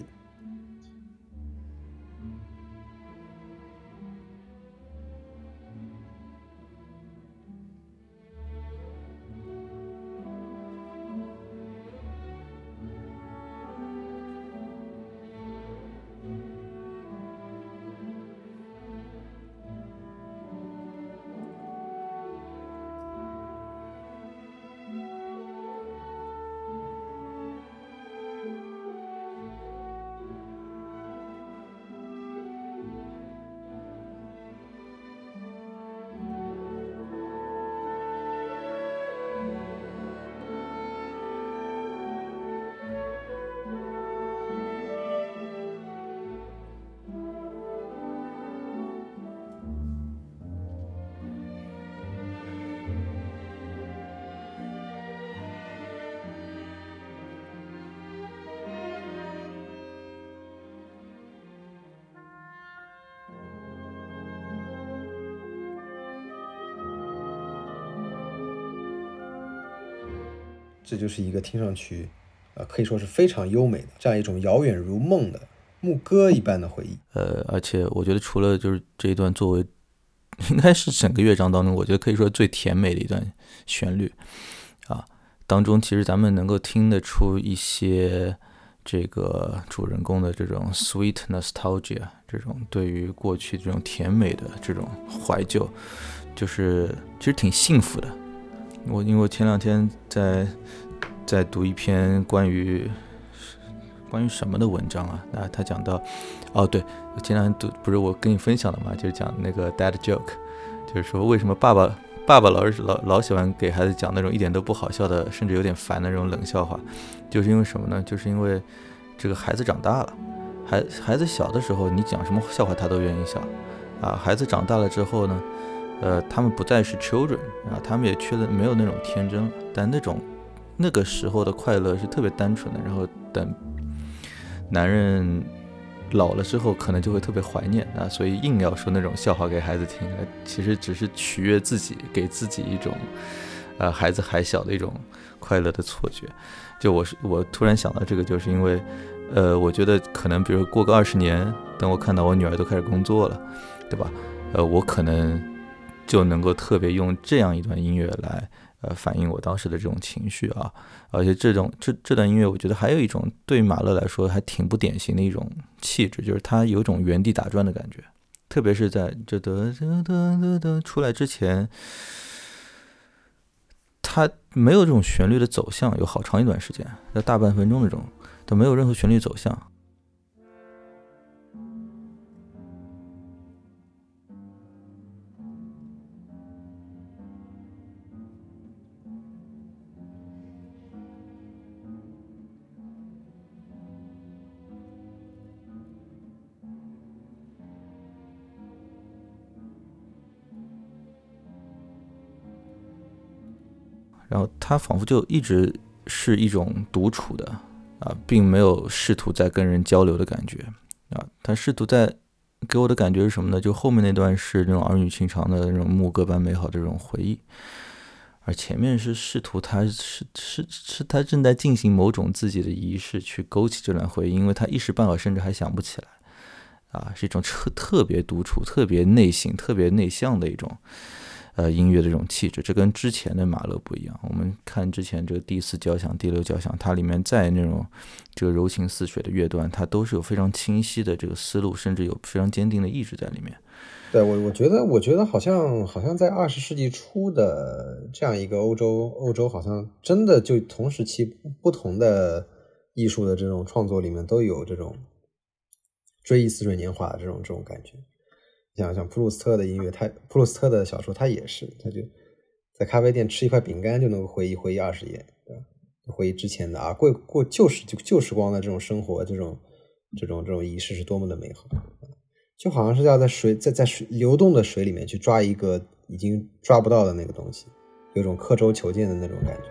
这就是一个听上去呃，可以说是非常优美的这样一种遥远如梦的牧歌一般的回忆。 呃，而且我觉得除了就是这一段作为应该是整个乐章当中我觉得可以说最甜美的一段旋律啊，当中其实咱们能够听得出一些这个主人公的这种 sweet nostalgia， 这种对于过去这种甜美的这种怀旧，就是其实挺幸福的。我因为我前两天在在读一篇关于关于什么的文章啊，那他讲到，哦对，我前两天读不是我跟你分享的嘛，就是讲那个 dad joke， 就是说为什么爸爸爸爸老是老老喜欢给孩子讲那种一点都不好笑的，甚至有点烦的那种冷笑话，就是因为什么呢？就是因为这个孩子长大了，孩孩子小的时候你讲什么笑话他都愿意笑啊，孩子长大了之后呢？呃，他们不再是 children 啊，他们也缺了没有那种天真了，但那种那个时候的快乐是特别单纯的，然后等男人老了之后可能就会特别怀念啊，所以硬要说那种笑话给孩子听，其实只是取悦自己，给自己一种呃孩子还小的一种快乐的错觉。就我是我突然想到这个，就是因为呃，我觉得可能比如过个二十年，等我看到我女儿都开始工作了，对吧？呃，我可能就能够特别用这样一段音乐来呃反映我当时的这种情绪啊。而且这种这这段音乐，我觉得还有一种对马勒来说还挺不典型的一种气质，就是他有一种原地打转的感觉，特别是在这得得得得得出来之前，他没有这种旋律的走向，有好长一段时间，在大半分钟那种，都没有任何旋律走向。然后他仿佛就一直是一种独处的啊，并没有试图在跟人交流的感觉啊。他试图在给我的感觉是什么呢？就后面那段是那种儿女情长的那种牧歌般美好的这种回忆，而前面是试图他是是是他正在进行某种自己的仪式去勾起这段回忆，因为他一时半会甚至还想不起来啊，是一种特特别独处、特别内省、特别内向的一种。呃，音乐的这种气质，这跟之前的马勒不一样。我们看之前这个第四交响、第六交响，它里面在那种这个柔情似水的乐段，它都是有非常清晰的这个思路，甚至有非常坚定的意志在里面。 对，我我觉得，我觉得好像好像在二十世纪初的这样一个欧洲，欧洲好像真的就同时期不同的艺术的这种创作里面都有这种追忆似水年华的这种这种感觉。像像普鲁斯特的音乐，他普鲁斯特的小说，他也是，他就在咖啡店吃一块饼干就能够回忆回忆二十页，对吧？回忆之前的啊，过过旧时就旧时光的这种生活，这种这种这种仪式是多么的美好，就好像是要在水在在水流动的水里面去抓一个已经抓不到的那个东西，有种刻舟求剑的那种感觉。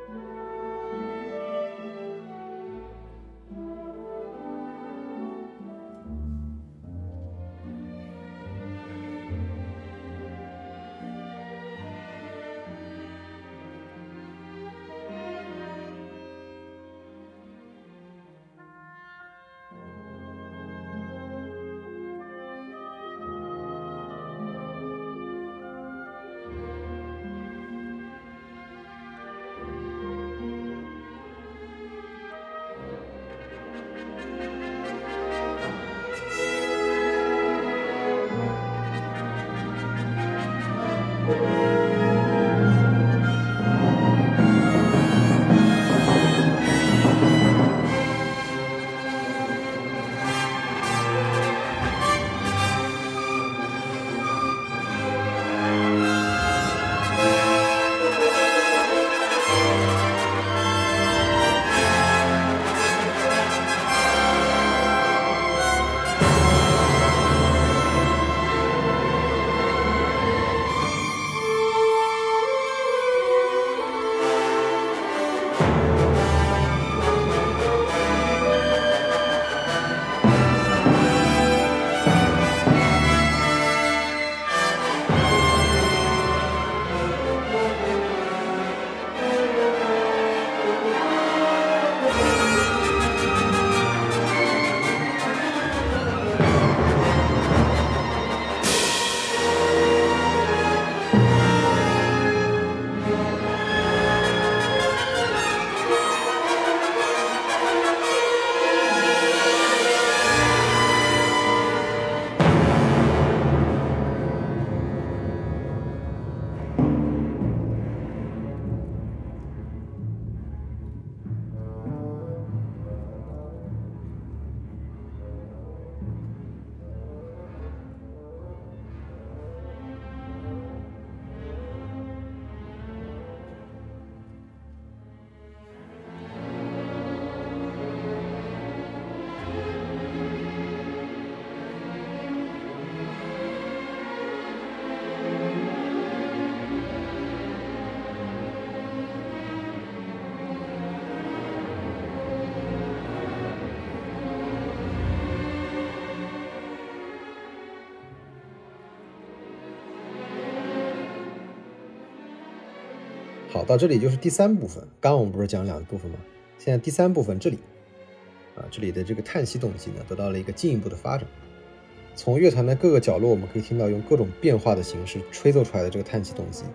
好，到这里就是第三部分。刚刚我们不是讲两部分吗？现在第三部分这里啊，这里的这个叹息动机呢，得到了一个进一步的发展。从乐团的各个角落，我们可以听到用各种变化的形式吹奏出来的这个叹息动机，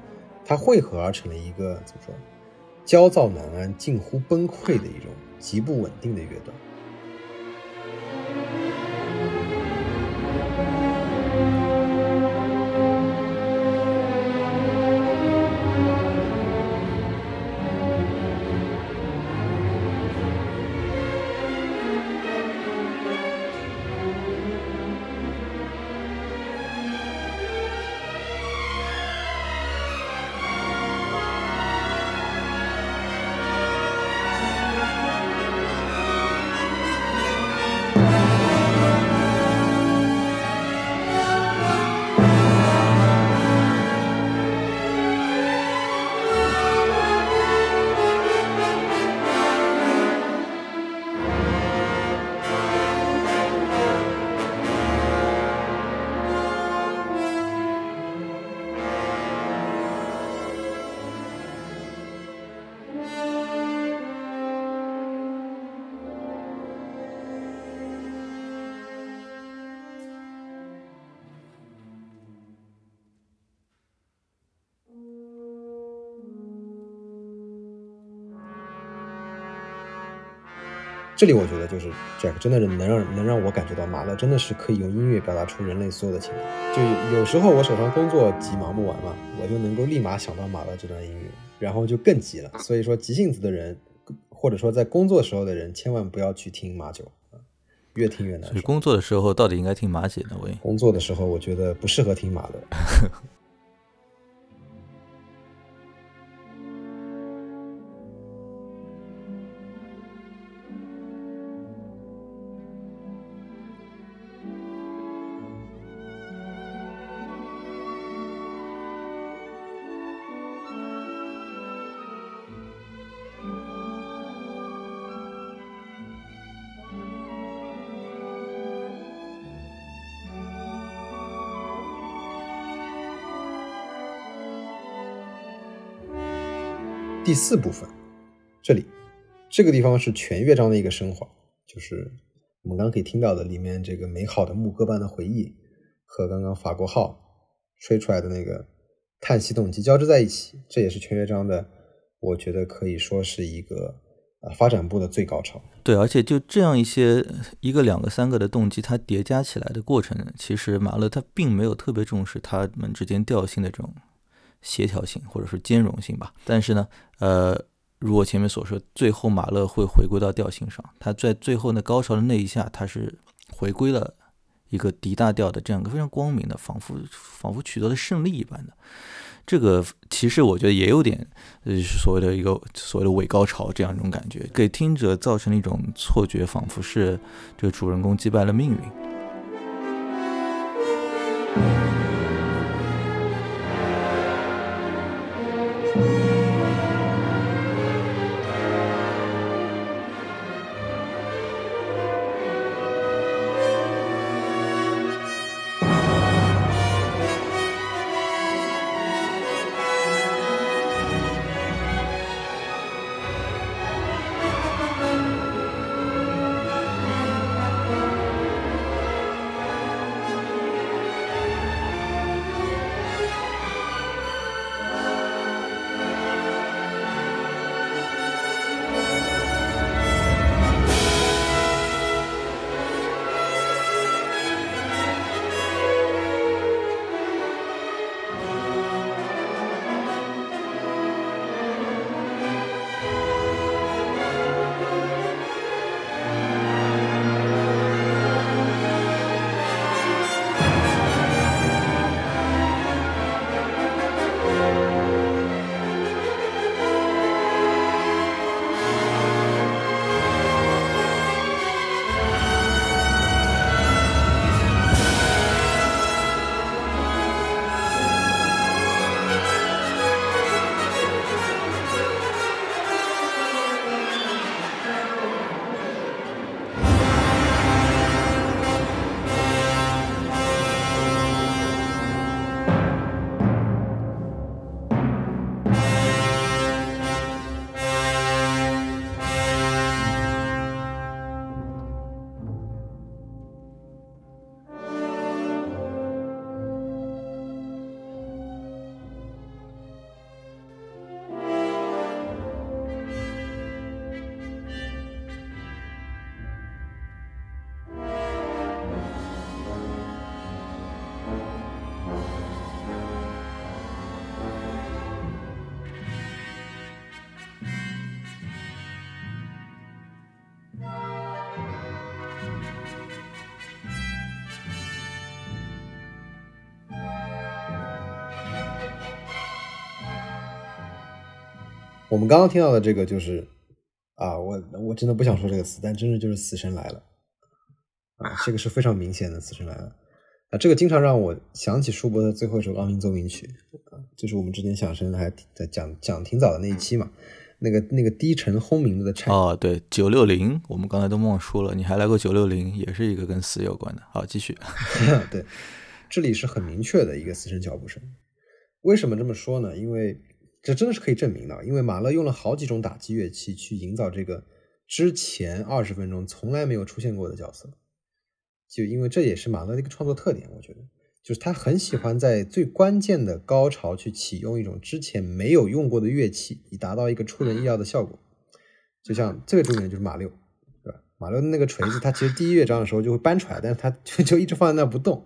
它汇合而成了一个怎么说，焦躁难安、近乎崩溃的一种极不稳定的乐段。这里我觉得就是 Jack 真的能让能让我感觉到马勒真的是可以用音乐表达出人类所有的情感。就有时候我手上工作急忙不完嘛，我就能够立马想到马勒这段音乐，然后就更急了。所以说急性子的人，或者说在工作时候的人，千万不要去听马九，越听越难受。 所以工作的时候到底应该听马几呢？喂， 工作的时候我觉得不适合听马勒。第四部分，这里这个地方是全乐章的一个升华，就是我们刚刚可以听到的里面这个美好的牧歌般的回忆和刚刚法国号吹出来的那个叹息动机交织在一起，这也是全乐章的，我觉得可以说是一个呃发展部的最高潮。 对，而且就这样一些一个两个三个的动机它叠加起来的过程，其实马勒他并没有特别重视他们之间调性的这种协调性或者是兼容性吧。但是呢呃，如我前面所说，最后马勒会回归到调性上，他在最后那高潮的那一下，他是回归了一个 D 大调的这样一个非常光明的，仿佛仿佛取得了胜利一般的。这个其实我觉得也有点呃所谓的一个所谓的伪高潮这样一种感觉，给听者造成了一种错觉，仿佛是这个主人公击败了命运。 我们刚刚听到的这个就是啊，我我真的不想说这个词，但真的就是死神来了啊，这个是非常明显的死神来了啊，这个经常让我想起舒伯特最后一首钢琴奏鸣曲啊，就是我们之前响声还在讲讲挺早的那一期嘛，那个那个低沉轰鸣的颤哦，对，九六零，我们刚才都忘说了，你还来过九六零，也是一个跟死有关的。好，继续。 对，这里是很明确的一个死神脚步声。为什么这么说呢？因为这真的是可以证明的，因为马勒用了好几种打击乐器去营造这个之前二十分钟从来没有出现过的角色。就因为这也是马勒的一个创作特点，我觉得就是他很喜欢在最关键的高潮去启用一种之前没有用过的乐器，以达到一个出人意料的效果。就像最为著名的就是马六，对吧？马六的那个锤子，他其实第一乐章的时候就会搬出来，但是他就就一直放在那不动，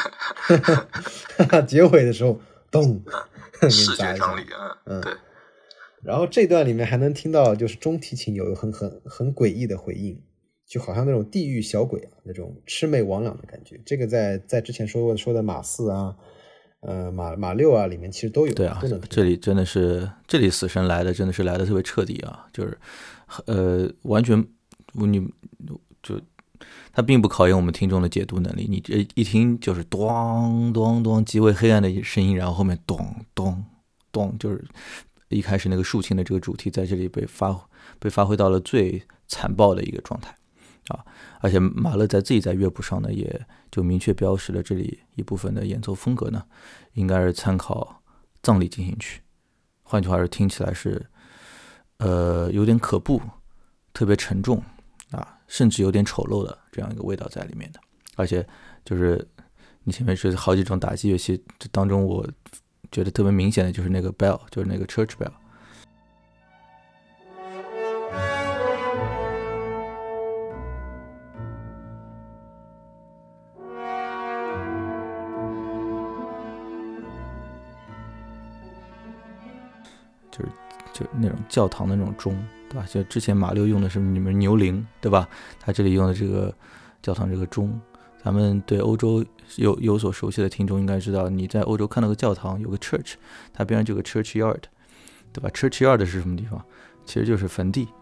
结尾的时候咚， 视觉张力啊，嗯，对。 然后这段里面还能听到，就是中提琴有很很很诡异的回应，就好像那种地狱小鬼啊，那种魑魅魍魉的感觉。这个在在之前说过说的马四啊，呃马马六啊里面其实都有。 对啊，这里真的是这里死神来的真的是来的特别彻底啊，就是呃完全你就它并不考验我们听众的解读能力，你这一听就是咚咚咚极为黑暗的声音，然后后面咚咚咚，就是一开始那个竖琴的这个主题在这里被发被发挥到了最残暴的一个状态啊！而且马勒在自己在乐谱上呢，也就明确标识了这里一部分的演奏风格呢，应该是参考葬礼进行曲。换句话说，听起来是呃有点可怖，特别沉重啊，甚至有点丑陋的这样一个味道在里面的。而且就是你前面说好几种打击乐器，这当中我觉得特别明显的就是那个 bell， 就是那个 church bell。就是就那种教堂的那种钟，对吧？就之前马六用的是你们牛铃，对吧？他这里用的这个教堂这个钟，咱们对欧洲有有所熟悉的听众应该知道，你在欧洲看到个教堂有个 church， 它边上就有个 churchyard， 对吧 ？churchyard 是什么地方？其实就是坟地。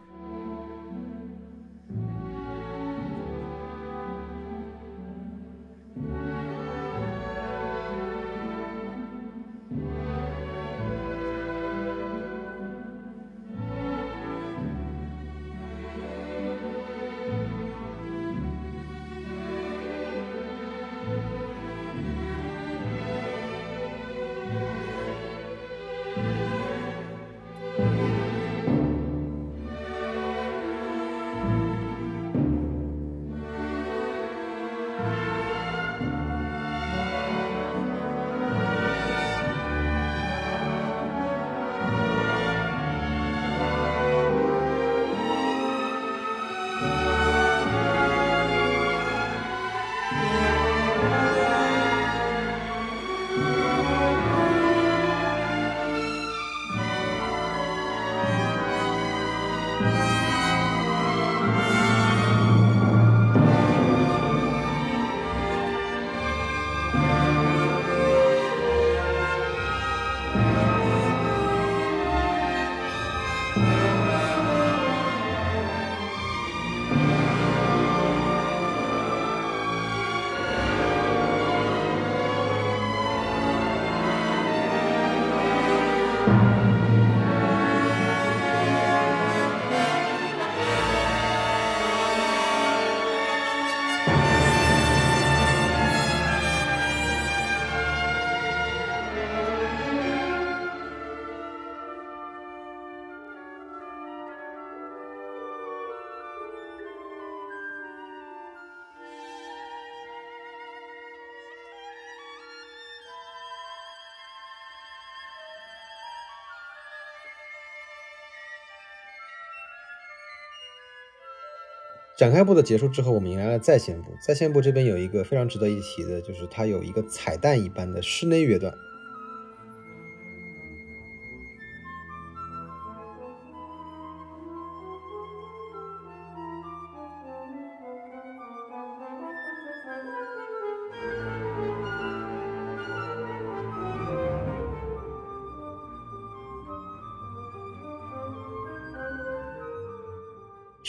展开部的结束之后，我们迎来了再现部。再现部这边有一个非常值得一提的，就是它有一个彩蛋一般的室内乐段。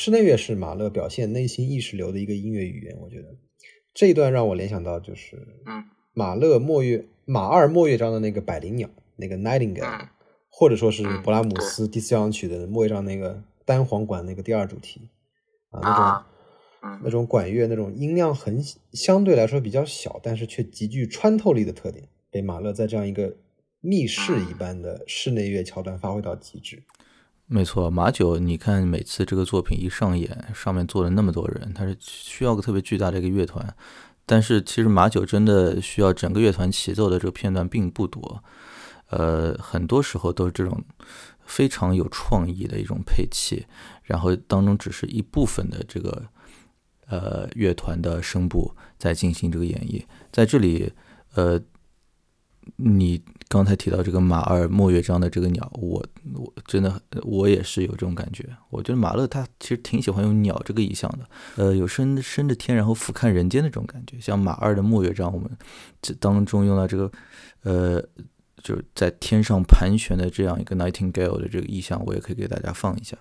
室内乐是马勒表现内心意识流的一个音乐语言，我觉得这一段让我联想到就是马勒末乐马二末乐章的那个百灵鸟，那个 Nightingale， 或者说是勃拉姆斯第四交响曲的末乐章那个单簧管那个第二主题啊，那种那种管乐那种音量很相对来说比较小，但是却极具穿透力的特点，被马勒在这样一个密室一般的室内乐桥段发挥到极致。 没错，马九你看每次这个作品一上演，上面坐了那么多人，他是需要个特别巨大的一个乐团，但是其实马九真的需要整个乐团齐奏的这个片段并不多，呃，很多时候都是这种非常有创意的一种配器，然后当中只是一部分的这个呃乐团的声部在进行这个演绎。在这里呃你刚才提到这个马二末乐章的这个鸟，我我真的我也是有这种感觉。我觉得马勒他其实挺喜欢用鸟这个意象的，呃，有伸伸着天然后俯瞰人间的这种感觉。像马二的末乐章，我们这当中用到这个呃就是在天上盘旋的这样一个 Nightingale 的这个意象，我也可以给大家放一下。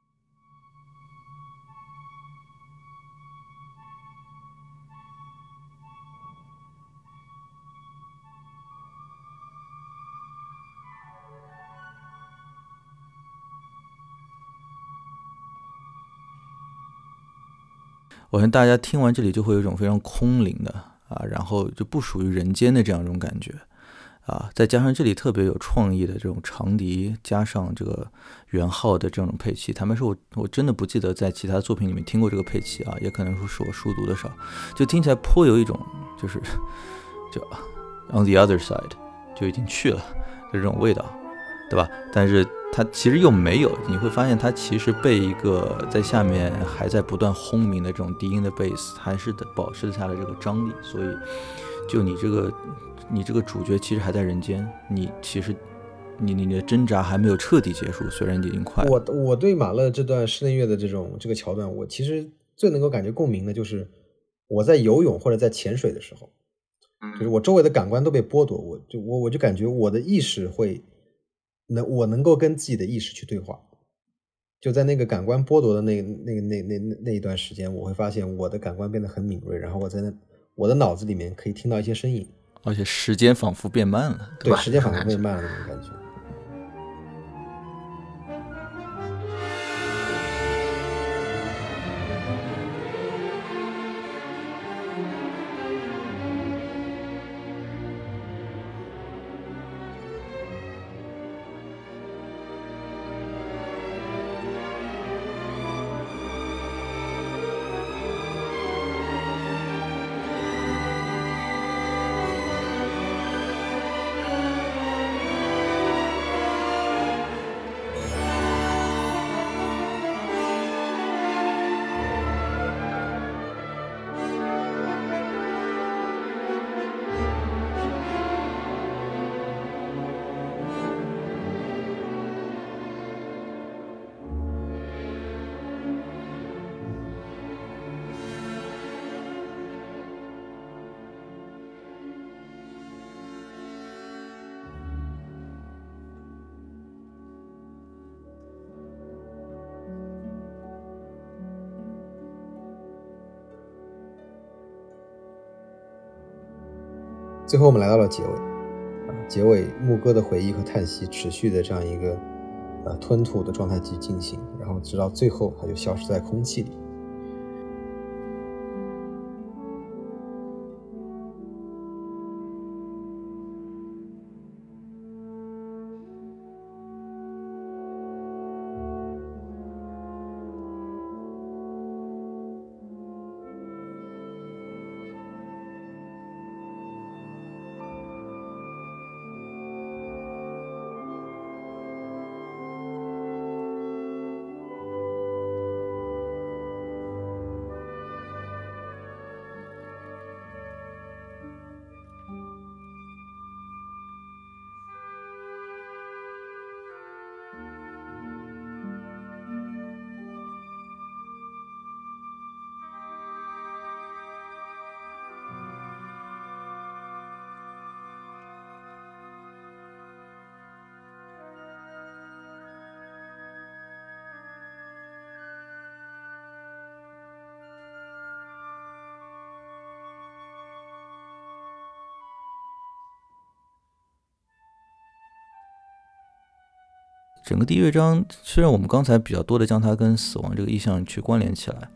我相信大家听完这里就会有一种非常空灵的啊，然后就不属于人间的这样一种感觉啊，再加上这里特别有创意的这种长笛，加上这个圆号的这种配器，坦白说我我真的不记得在其他作品里面听过这个配器啊，也可能说是我书读的少，就听起来颇有一种就是就 on the other side 就已经去了这种味道，对吧？但是它其实又没有，你会发现它其实被一个在下面还在不断轰鸣的这种低音的贝斯还是保持了下来这个张力，所以就你这个你这个主角其实还在人间，你其实你你的挣扎还没有彻底结束，虽然你已经快了。 我我对马勒这段室内乐的这种这个桥段，我其实最能够感觉共鸣的就是我在游泳或者在潜水的时候，就是我周围的感官都被剥夺，我就我我就感觉我的意识会能我能够跟自己的意识去对话，就在那个感官剥夺的那那那那那那一段时间，我会发现我的感官变得很敏锐，然后我在那我的脑子里面可以听到一些声音， 而且时间仿佛变慢了， 对吧？对，时间仿佛变慢了那种感觉。最后我们来到了结尾，啊，结尾牧歌的回忆和叹息持续的这样一个呃吞吐的状态继续进行，然后直到最后它就消失在空气里。 整个第一乐章虽然我们刚才比较多的将它跟死亡这个意象去关联起来，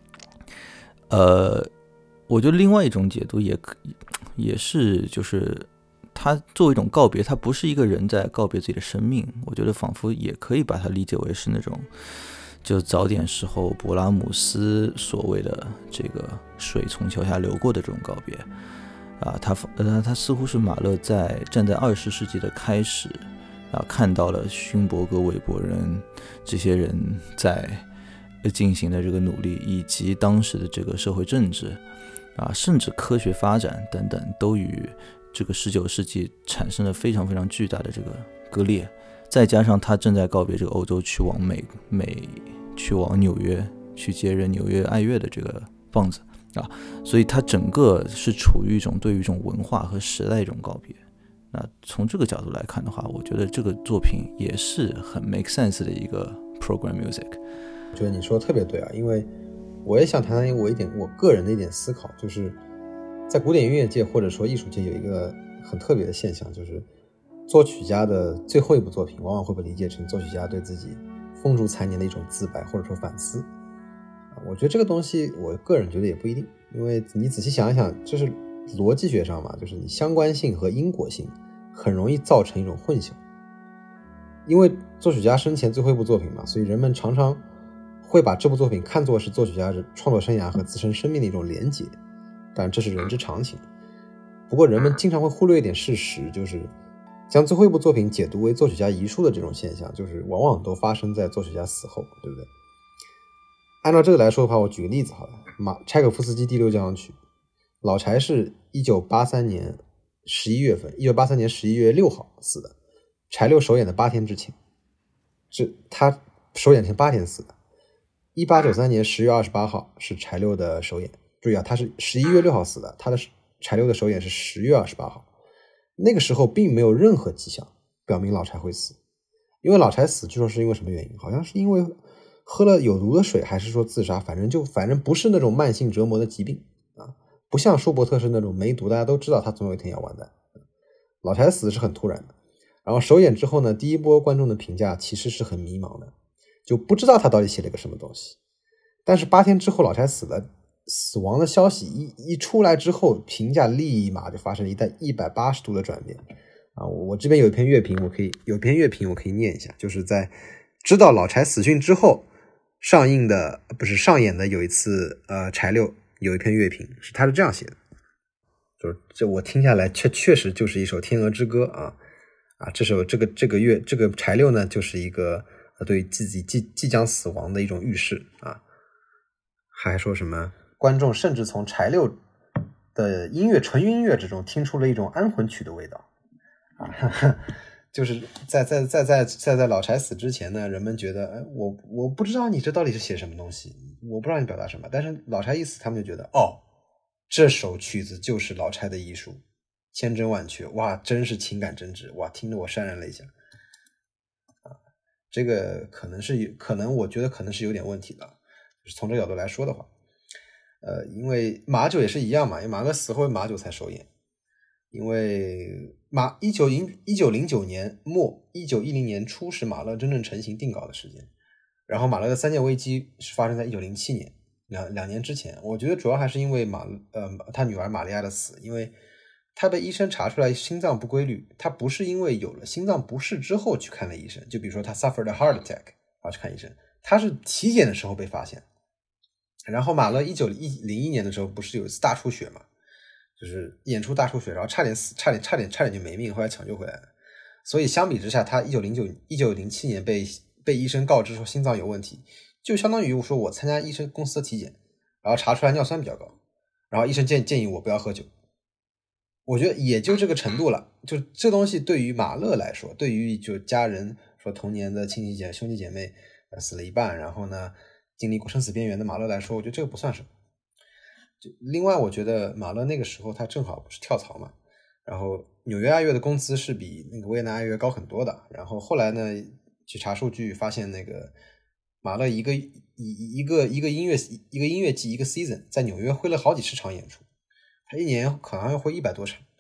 呃，我觉得另外一种解读也可也是就是它作为一种告别，它不是一个人在告别自己的生命，我觉得仿佛也可以把它理解为是那种就早点时候勃拉姆斯所谓的这个水从桥下流过的这种告别啊，他呃他似乎是马勒在站在二十世纪的开始啊，看到了勋伯格、韦伯人这些人在进行的这个努力，以及当时的这个社会政治啊，甚至科学发展等等，都与这个十九世纪产生了非常非常巨大的这个割裂。再加上他正在告别这个欧洲，去往美美去往纽约去接任纽约爱乐的这个棒子啊，所以他整个是处于一种对于一种文化和时代一种告别。那从这个角度来看的话，我觉得这个作品也是很 make sense 的一个 program music。 我觉得你说的特别对啊，因为我也想谈谈我一点我个人的一点思考，就是在古典音乐界或者说艺术界有一个很特别的现象，就是作曲家的最后一部作品往往会被理解成作曲家对自己风烛残年的一种自白或者说反思。我觉得这个东西我个人觉得也不一定，因为你仔细想一想，这是逻辑学上嘛，就是你相关性和因果性很容易造成一种混淆。因为作曲家生前最后一部作品嘛，所以人们常常会把这部作品看作是作曲家创作生涯和自身生命的一种连结，当然这是人之常情。不过人们经常会忽略一点事实，就是将最后一部作品解读为作曲家遗书的这种现象，就是往往都发生在作曲家死后，对不对？按照这个来说的话，我举个例子好了，马柴可夫斯基第六交响曲，老柴是一九八三年十一月份，一九八三年十一月六号死的，柴六首演的八天之前，是他首演前八天死的。一八九三年十月二十八号是柴六的首演，注意啊，他是十一月六号死的，他的柴六的首演是十月二十八号。那个时候并没有任何迹象表明老柴会死，因为老柴死据说是因为什么原因，好像是因为喝了有毒的水，还是说自杀，反正就反正不是那种慢性折磨的疾病啊，不像舒伯特是那种没毒，大家都知道他总有一天要完蛋。老柴死是很突然的，然后首演之后呢，第一波观众的评价其实是很迷茫的，就不知道他到底写了个什么东西。但是八天之后老柴死了，死亡的消息一一出来之后，评价立马就发生了一代一百八十度的转变啊！我这边有一篇乐评，我可以有一篇乐评我可以念一下，就是在知道老柴死讯之后上映的不是上演的有一次呃柴六有一篇乐评是他是这样写的，就是这我听下来确确实就是一首天鹅之歌啊啊！这首这个这个乐这个柴六呢就是一个对自己即即将死亡的一种预示啊，还说什么？观众甚至从柴六的音乐纯音乐之中听出了一种安魂曲的味道啊，就是在在在在在在老柴死之前呢，人们觉得，哎，我我不知道你这到底是写什么东西，我不知道你表达什么。但是老柴一死，他们就觉得，哦，这首曲子就是老柴的遗书，千真万确，哇，真是情感真挚，哇，听得我潸然泪下啊。这个可能是可能，我觉得可能是有点问题的，就是从这个角度来说的话。呃，因为马九也是一样嘛，因为马哥死后马九才首演，因为马一九一九零九年末一九一零年初是马勒真正成型定稿的时间，然后马勒的三件危机是发生在一九零七年两两年之前。我觉得主要还是因为马呃他女儿玛利亚的死，因为他被医生查出来心脏不规律，他不是因为有了心脏不适之後去看了医生，就比如说他 suffered a heart attack 然后去看医生，他是体检的时候被发现。然后马勒一九零一年的时候不是有一次大出血嘛，就是演出大出血，然后差点死，差点差点差点就没命，后来抢救回来了。所以相比之下，他一九零九一九零七年被被医生告知说心脏有问题，就相当于我说我参加医生公司的体检，然后查出来尿酸比较高，然后医生建建议我不要喝酒。我觉得也就这个程度了，就这东西对于马勒来说，对于就家人说童年的亲戚姐兄弟姐妹死了一半，然后呢经历过生死边缘的马勒来说，我觉得这个不算什么。就另外我觉得马勒那个时候他正好不是跳槽嘛，然后纽约爱乐的工资是比那个维也纳爱乐高很多的，然后后来呢去查数据发现那个马勒一个一一个一个音乐一个音乐季一个 season 在纽约挥了好几十场演出，他一年可能要挥一百多场，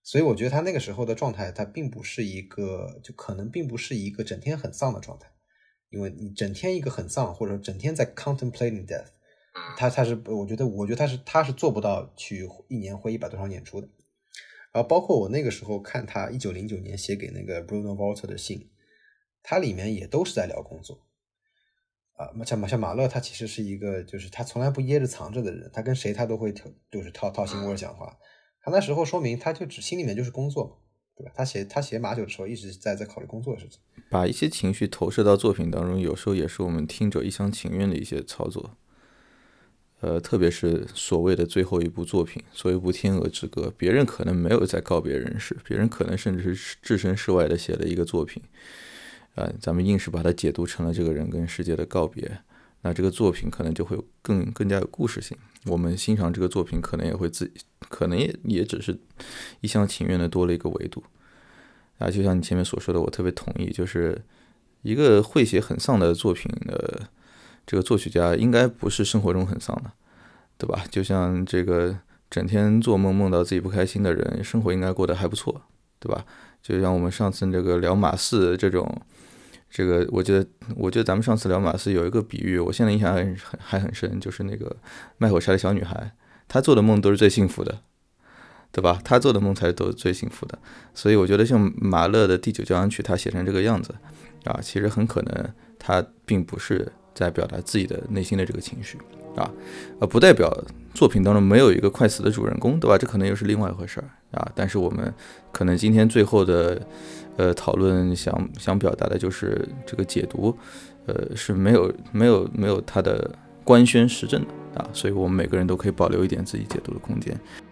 所以我觉得他那个时候的状态，他并不是一个，就可能并不是一个整天很丧的状态，因为你整天一个很丧，或者整天在 contemplating death， 他他是我觉得我觉得他是他是做不到去一年挥一百多场演出的。然后包括我那个时候看他一九零九年写给那个 Bruno Walter 的信，他里面也都是在聊工作。啊，像像马勒，他其实是一个，就是他从来不掖着藏着的人，他跟谁他都会就是掏掏心窝讲话。他那时候说明他就只心里面就是工作嘛，对吧？他写他写马九的时候一直在在考虑工作的事情， 把一些情绪投射到作品当中，有时候也是我们听者一厢情愿的一些操作。呃，特别是所谓的最后一部作品，所谓一部《天鹅之歌》，别人可能没有在告别人世，别人可能甚至是置身事外的写了一个作品。呃，咱们硬是把它解读成了这个人跟世界的告别，那这个作品可能就会更更加有故事性。我们欣赏这个作品，可能也会自己，可能也也只是一厢情愿的多了一个维度。啊，就像你前面所说的，我特别同意，就是一个会写很丧的作品的这个作曲家，应该不是生活中很丧的，对吧？就像这个整天做梦梦到自己不开心的人，生活应该过得还不错，对吧？就像我们上次这个聊马四这种。这个我觉得，我觉得咱们上次聊马四有一个比喻，我现在印象还很还很深，就是那个卖火柴的小女孩，她做的梦都是最幸福的，对吧？她做的梦才是都是最幸福的。所以我觉得像马勒的第九交响曲，他写成这个样子啊，其实很可能他并不是在表达自己的内心的这个情绪啊，呃，不代表作品当中没有一个快死的主人公，对吧？这可能又是另外一回事啊。但是我们可能今天最后的。呃，讨论想想表达的就是这个解读，呃，是没有没有没有它的官宣实证的啊，所以我们每个人都可以保留一点自己解读的空间。